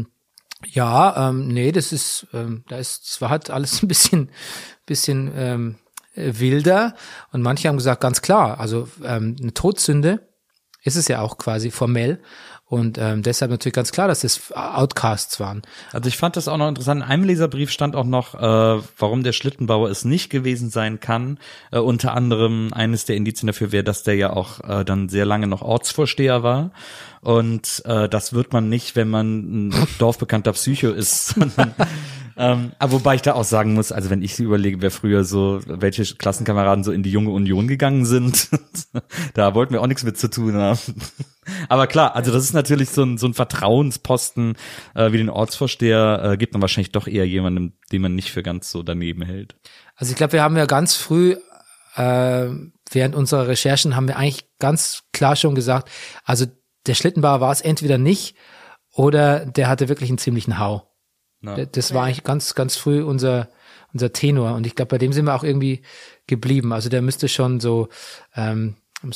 nee, das war halt alles ein bisschen wilder. Und manche haben gesagt, ganz klar, also eine Todsünde ist es ja auch quasi formell. Und deshalb natürlich ganz klar, dass das Outcasts waren. Also ich fand das auch noch interessant. In einem Leserbrief stand auch noch, warum der Schlittenbauer es nicht gewesen sein kann. Unter anderem eines der Indizien dafür wäre, dass der ja auch dann sehr lange noch Ortsvorsteher war. Und das wird man nicht, wenn man ein dorfbekannter Psycho ist, sondern aber wobei ich da auch sagen muss, also wenn ich überlege, wer früher so, welche Klassenkameraden so in die Junge Union gegangen sind, da wollten wir auch nichts mit zu tun haben. Aber klar, also das ist natürlich so ein Vertrauensposten wie den Ortsvorsteher, gibt man wahrscheinlich doch eher jemandem, den man nicht für ganz so daneben hält. Also ich glaube, wir haben ja ganz früh, während unserer Recherchen haben wir eigentlich ganz klar schon gesagt, also der Schlittenbauer war es entweder nicht oder der hatte wirklich einen ziemlichen Hau. No. Das war eigentlich ganz, ganz früh unser Tenor und ich glaube, bei dem sind wir auch irgendwie geblieben. Also der müsste schon so, also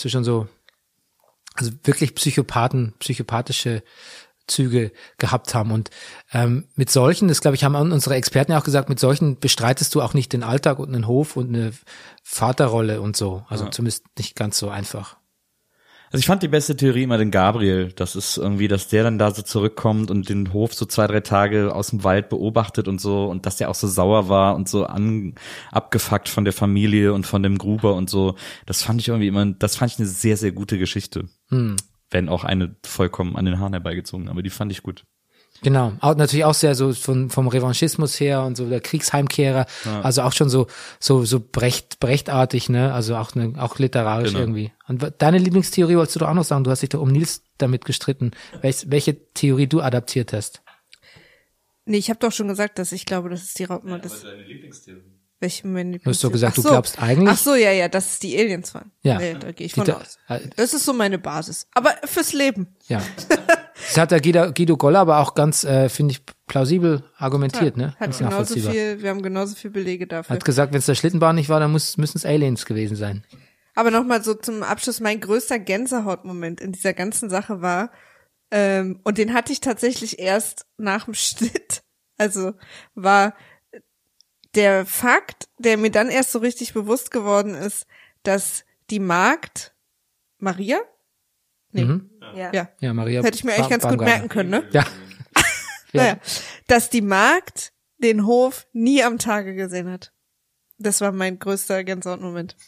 wirklich psychopathische Züge gehabt haben und mit solchen, das glaube ich, haben unsere Experten ja auch gesagt, mit solchen bestreitest du auch nicht den Alltag und einen Hof und eine Vaterrolle und so. Also zumindest nicht ganz so einfach. Also ich fand die beste Theorie immer den Gabriel. Das ist irgendwie, dass der dann da so zurückkommt und den Hof so 2-3 Tage aus dem Wald beobachtet und so und dass der auch so sauer war und so abgefuckt von der Familie und von dem Gruber und so. Das fand ich eine sehr, sehr gute Geschichte. Wenn auch eine vollkommen an den Haaren herbeigezogen, aber die fand ich gut. Genau, auch natürlich auch sehr so vom Revanchismus her und so der Kriegsheimkehrer, also auch schon so Brechtartig, ne, also auch literarisch irgendwie. Und deine Lieblingstheorie wolltest du doch auch noch sagen, du hast dich doch um Nils damit gestritten, welche Theorie du adaptiert hast. Nee, ich habe doch schon gesagt, dass ich glaube, das ist die Raubmann. Ja, deine Lieblingstheorie. Welche meine Lieblingstheorie? Du hast doch gesagt, du glaubst eigentlich. Ach so, ja, dass es die Aliens waren. Ja. Nee, da gehe ich von aus. Das ist so meine Basis. Aber fürs Leben. Ja. Das hat der Guido Goller aber auch ganz, finde ich, plausibel argumentiert, ne? Wir haben genauso viel Belege dafür. Hat gesagt, wenn es der Schlittenbahn nicht war, dann müssen es Aliens gewesen sein. Aber nochmal so zum Abschluss, mein größter Gänsehautmoment in dieser ganzen Sache war, und den hatte ich tatsächlich erst nach dem Schnitt, also war der Fakt, der mir dann erst so richtig bewusst geworden ist, dass die Magd Maria? Nee. Mhm. Ja, Maria. Hätte ich mir eigentlich ganz gut merken können, ne? Ja. Naja, dass die Magd den Hof nie am Tage gesehen hat. Das war mein größter Gänsehautmoment.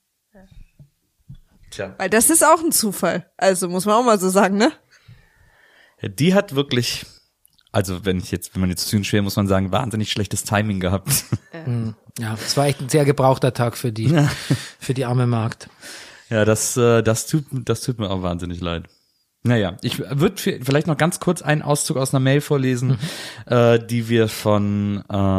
Tja. Weil das ist auch ein Zufall. Also muss man auch mal so sagen, ne? Ja, die hat wirklich, also wenn man jetzt zu schwer, muss man sagen, wahnsinnig schlechtes Timing gehabt. Ja, es war echt ein sehr gebrauchter Tag für die arme Magd. Ja, das tut mir auch wahnsinnig leid. Naja, ich würde vielleicht noch ganz kurz einen Auszug aus einer Mail vorlesen, die wir von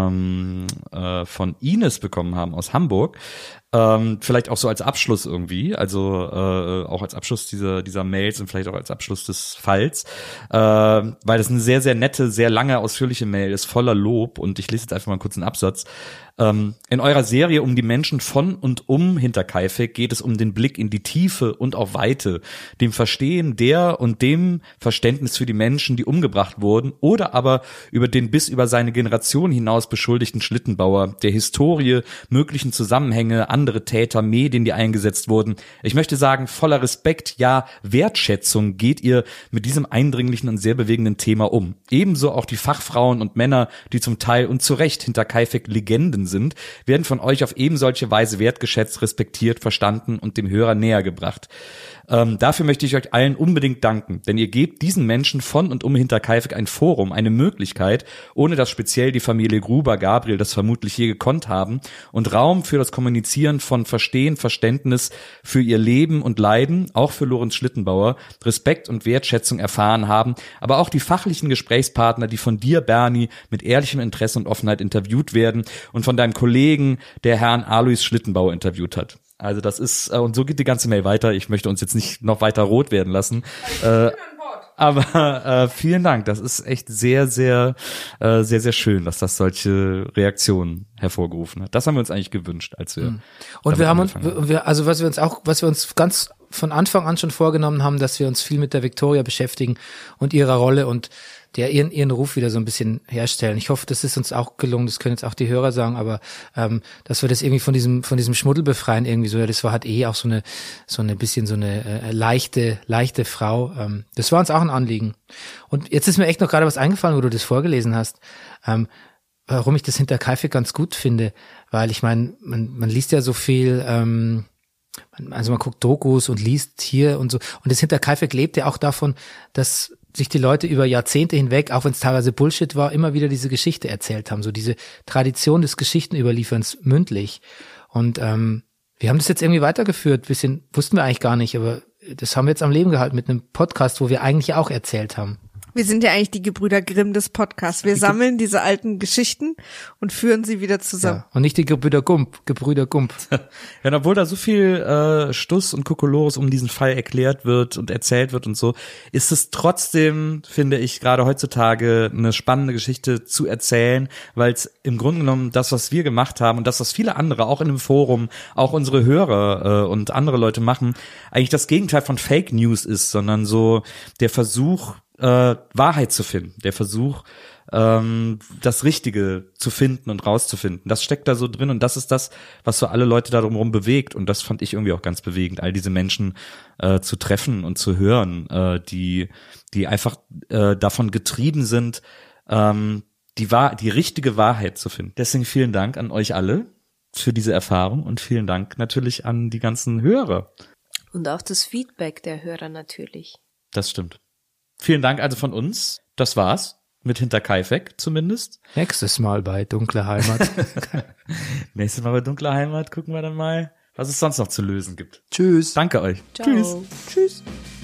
Ines bekommen haben aus Hamburg. Vielleicht auch so als Abschluss irgendwie, also auch als Abschluss dieser Mails und vielleicht auch als Abschluss des Falls, weil das eine sehr, sehr nette, sehr lange, ausführliche Mail ist, voller Lob, und ich lese jetzt einfach mal kurz einen Absatz. In eurer Serie um die Menschen von und um Hinterkaifeck geht es um den Blick in die Tiefe und auch Weite, dem Verstehen der und dem Verständnis für die Menschen, die umgebracht wurden, oder aber über den bis über seine Generation hinaus beschuldigten Schlittenbauer, der Historie, möglichen Zusammenhänge, andere Täter, Medien, die eingesetzt wurden. Ich möchte sagen, voller Respekt, ja Wertschätzung geht ihr mit diesem eindringlichen und sehr bewegenden Thema um. Ebenso auch die Fachfrauen und Männer, die zum Teil und zu Recht Hinterkaifeck Legenden sind, werden von euch auf eben solche Weise wertgeschätzt, respektiert, verstanden und dem Hörer näher gebracht. Dafür möchte ich euch allen unbedingt danken, denn ihr gebt diesen Menschen von und um Hinterkaifeck ein Forum, eine Möglichkeit, ohne dass speziell die Familie Gruber-Gabriel das vermutlich je gekonnt haben, und Raum für das Kommunizieren von Verstehen, Verständnis für ihr Leben und Leiden, auch für Lorenz Schlittenbauer, Respekt und Wertschätzung erfahren haben, aber auch die fachlichen Gesprächspartner, die von dir, Bernie, mit ehrlichem Interesse und Offenheit interviewt werden und von deinem Kollegen, der Herrn Alois Schlittenbauer interviewt hat. Also das ist, und so geht die ganze Mail weiter. Ich möchte uns jetzt nicht noch weiter rot werden lassen. Aber vielen Dank. Das ist echt sehr, sehr, sehr, sehr schön, dass das solche Reaktionen hervorgerufen hat. Das haben wir uns eigentlich gewünscht, als wir. Und wir haben uns, was wir uns ganz von Anfang an schon vorgenommen haben, dass wir uns viel mit der Victoria beschäftigen und ihrer Rolle und ihren Ruf wieder so ein bisschen herstellen. Ich hoffe, das ist uns auch gelungen, das können jetzt auch die Hörer sagen, aber dass wir das irgendwie von diesem Schmuddel befreien, irgendwie so, ja, das war halt auch so eine bisschen so eine leichte Frau. Das war uns auch ein Anliegen. Und jetzt ist mir echt noch gerade was eingefallen, wo du das vorgelesen hast, warum ich das Hinterkaifeck ganz gut finde, weil ich meine, man liest ja so viel, also man guckt Dokus und liest hier und so, und das Hinterkaifeck lebt ja auch davon, dass sich die Leute über Jahrzehnte hinweg, auch wenn es teilweise Bullshit war, immer wieder diese Geschichte erzählt haben, so diese Tradition des Geschichtenüberlieferns mündlich. Und wir haben das jetzt irgendwie weitergeführt, bisschen wussten wir eigentlich gar nicht, aber das haben wir jetzt am Leben gehalten mit einem Podcast, wo wir eigentlich auch erzählt haben. Wir sind ja eigentlich die Gebrüder Grimm des Podcasts. Wir sammeln diese alten Geschichten und führen sie wieder zusammen. Ja, und nicht die Gebrüder Gump. Ja, obwohl da so viel Stuss und Kokolores um diesen Fall erklärt wird und erzählt wird und so, ist es trotzdem, finde ich, gerade heutzutage eine spannende Geschichte zu erzählen, weil es im Grunde genommen das, was wir gemacht haben und das, was viele andere auch in dem Forum, auch unsere Hörer und andere Leute machen, eigentlich das Gegenteil von Fake News ist, sondern so der Versuch, Wahrheit zu finden, der Versuch, das Richtige zu finden und rauszufinden. Das steckt da so drin, und das ist das, was so alle Leute da drumherum bewegt, und das fand ich irgendwie auch ganz bewegend, all diese Menschen zu treffen und zu hören, die einfach davon getrieben sind, die richtige Wahrheit zu finden. Deswegen vielen Dank an euch alle für diese Erfahrung und vielen Dank natürlich an die ganzen Hörer. Und auch das Feedback der Hörer natürlich. Das stimmt. Vielen Dank also von uns. Das war's. Mit Hinterkaifeck zumindest. Nächstes Mal bei Dunkle Heimat. Nächstes Mal bei Dunkle Heimat gucken wir dann mal, was es sonst noch zu lösen gibt. Tschüss. Danke euch. Ciao. Tschüss.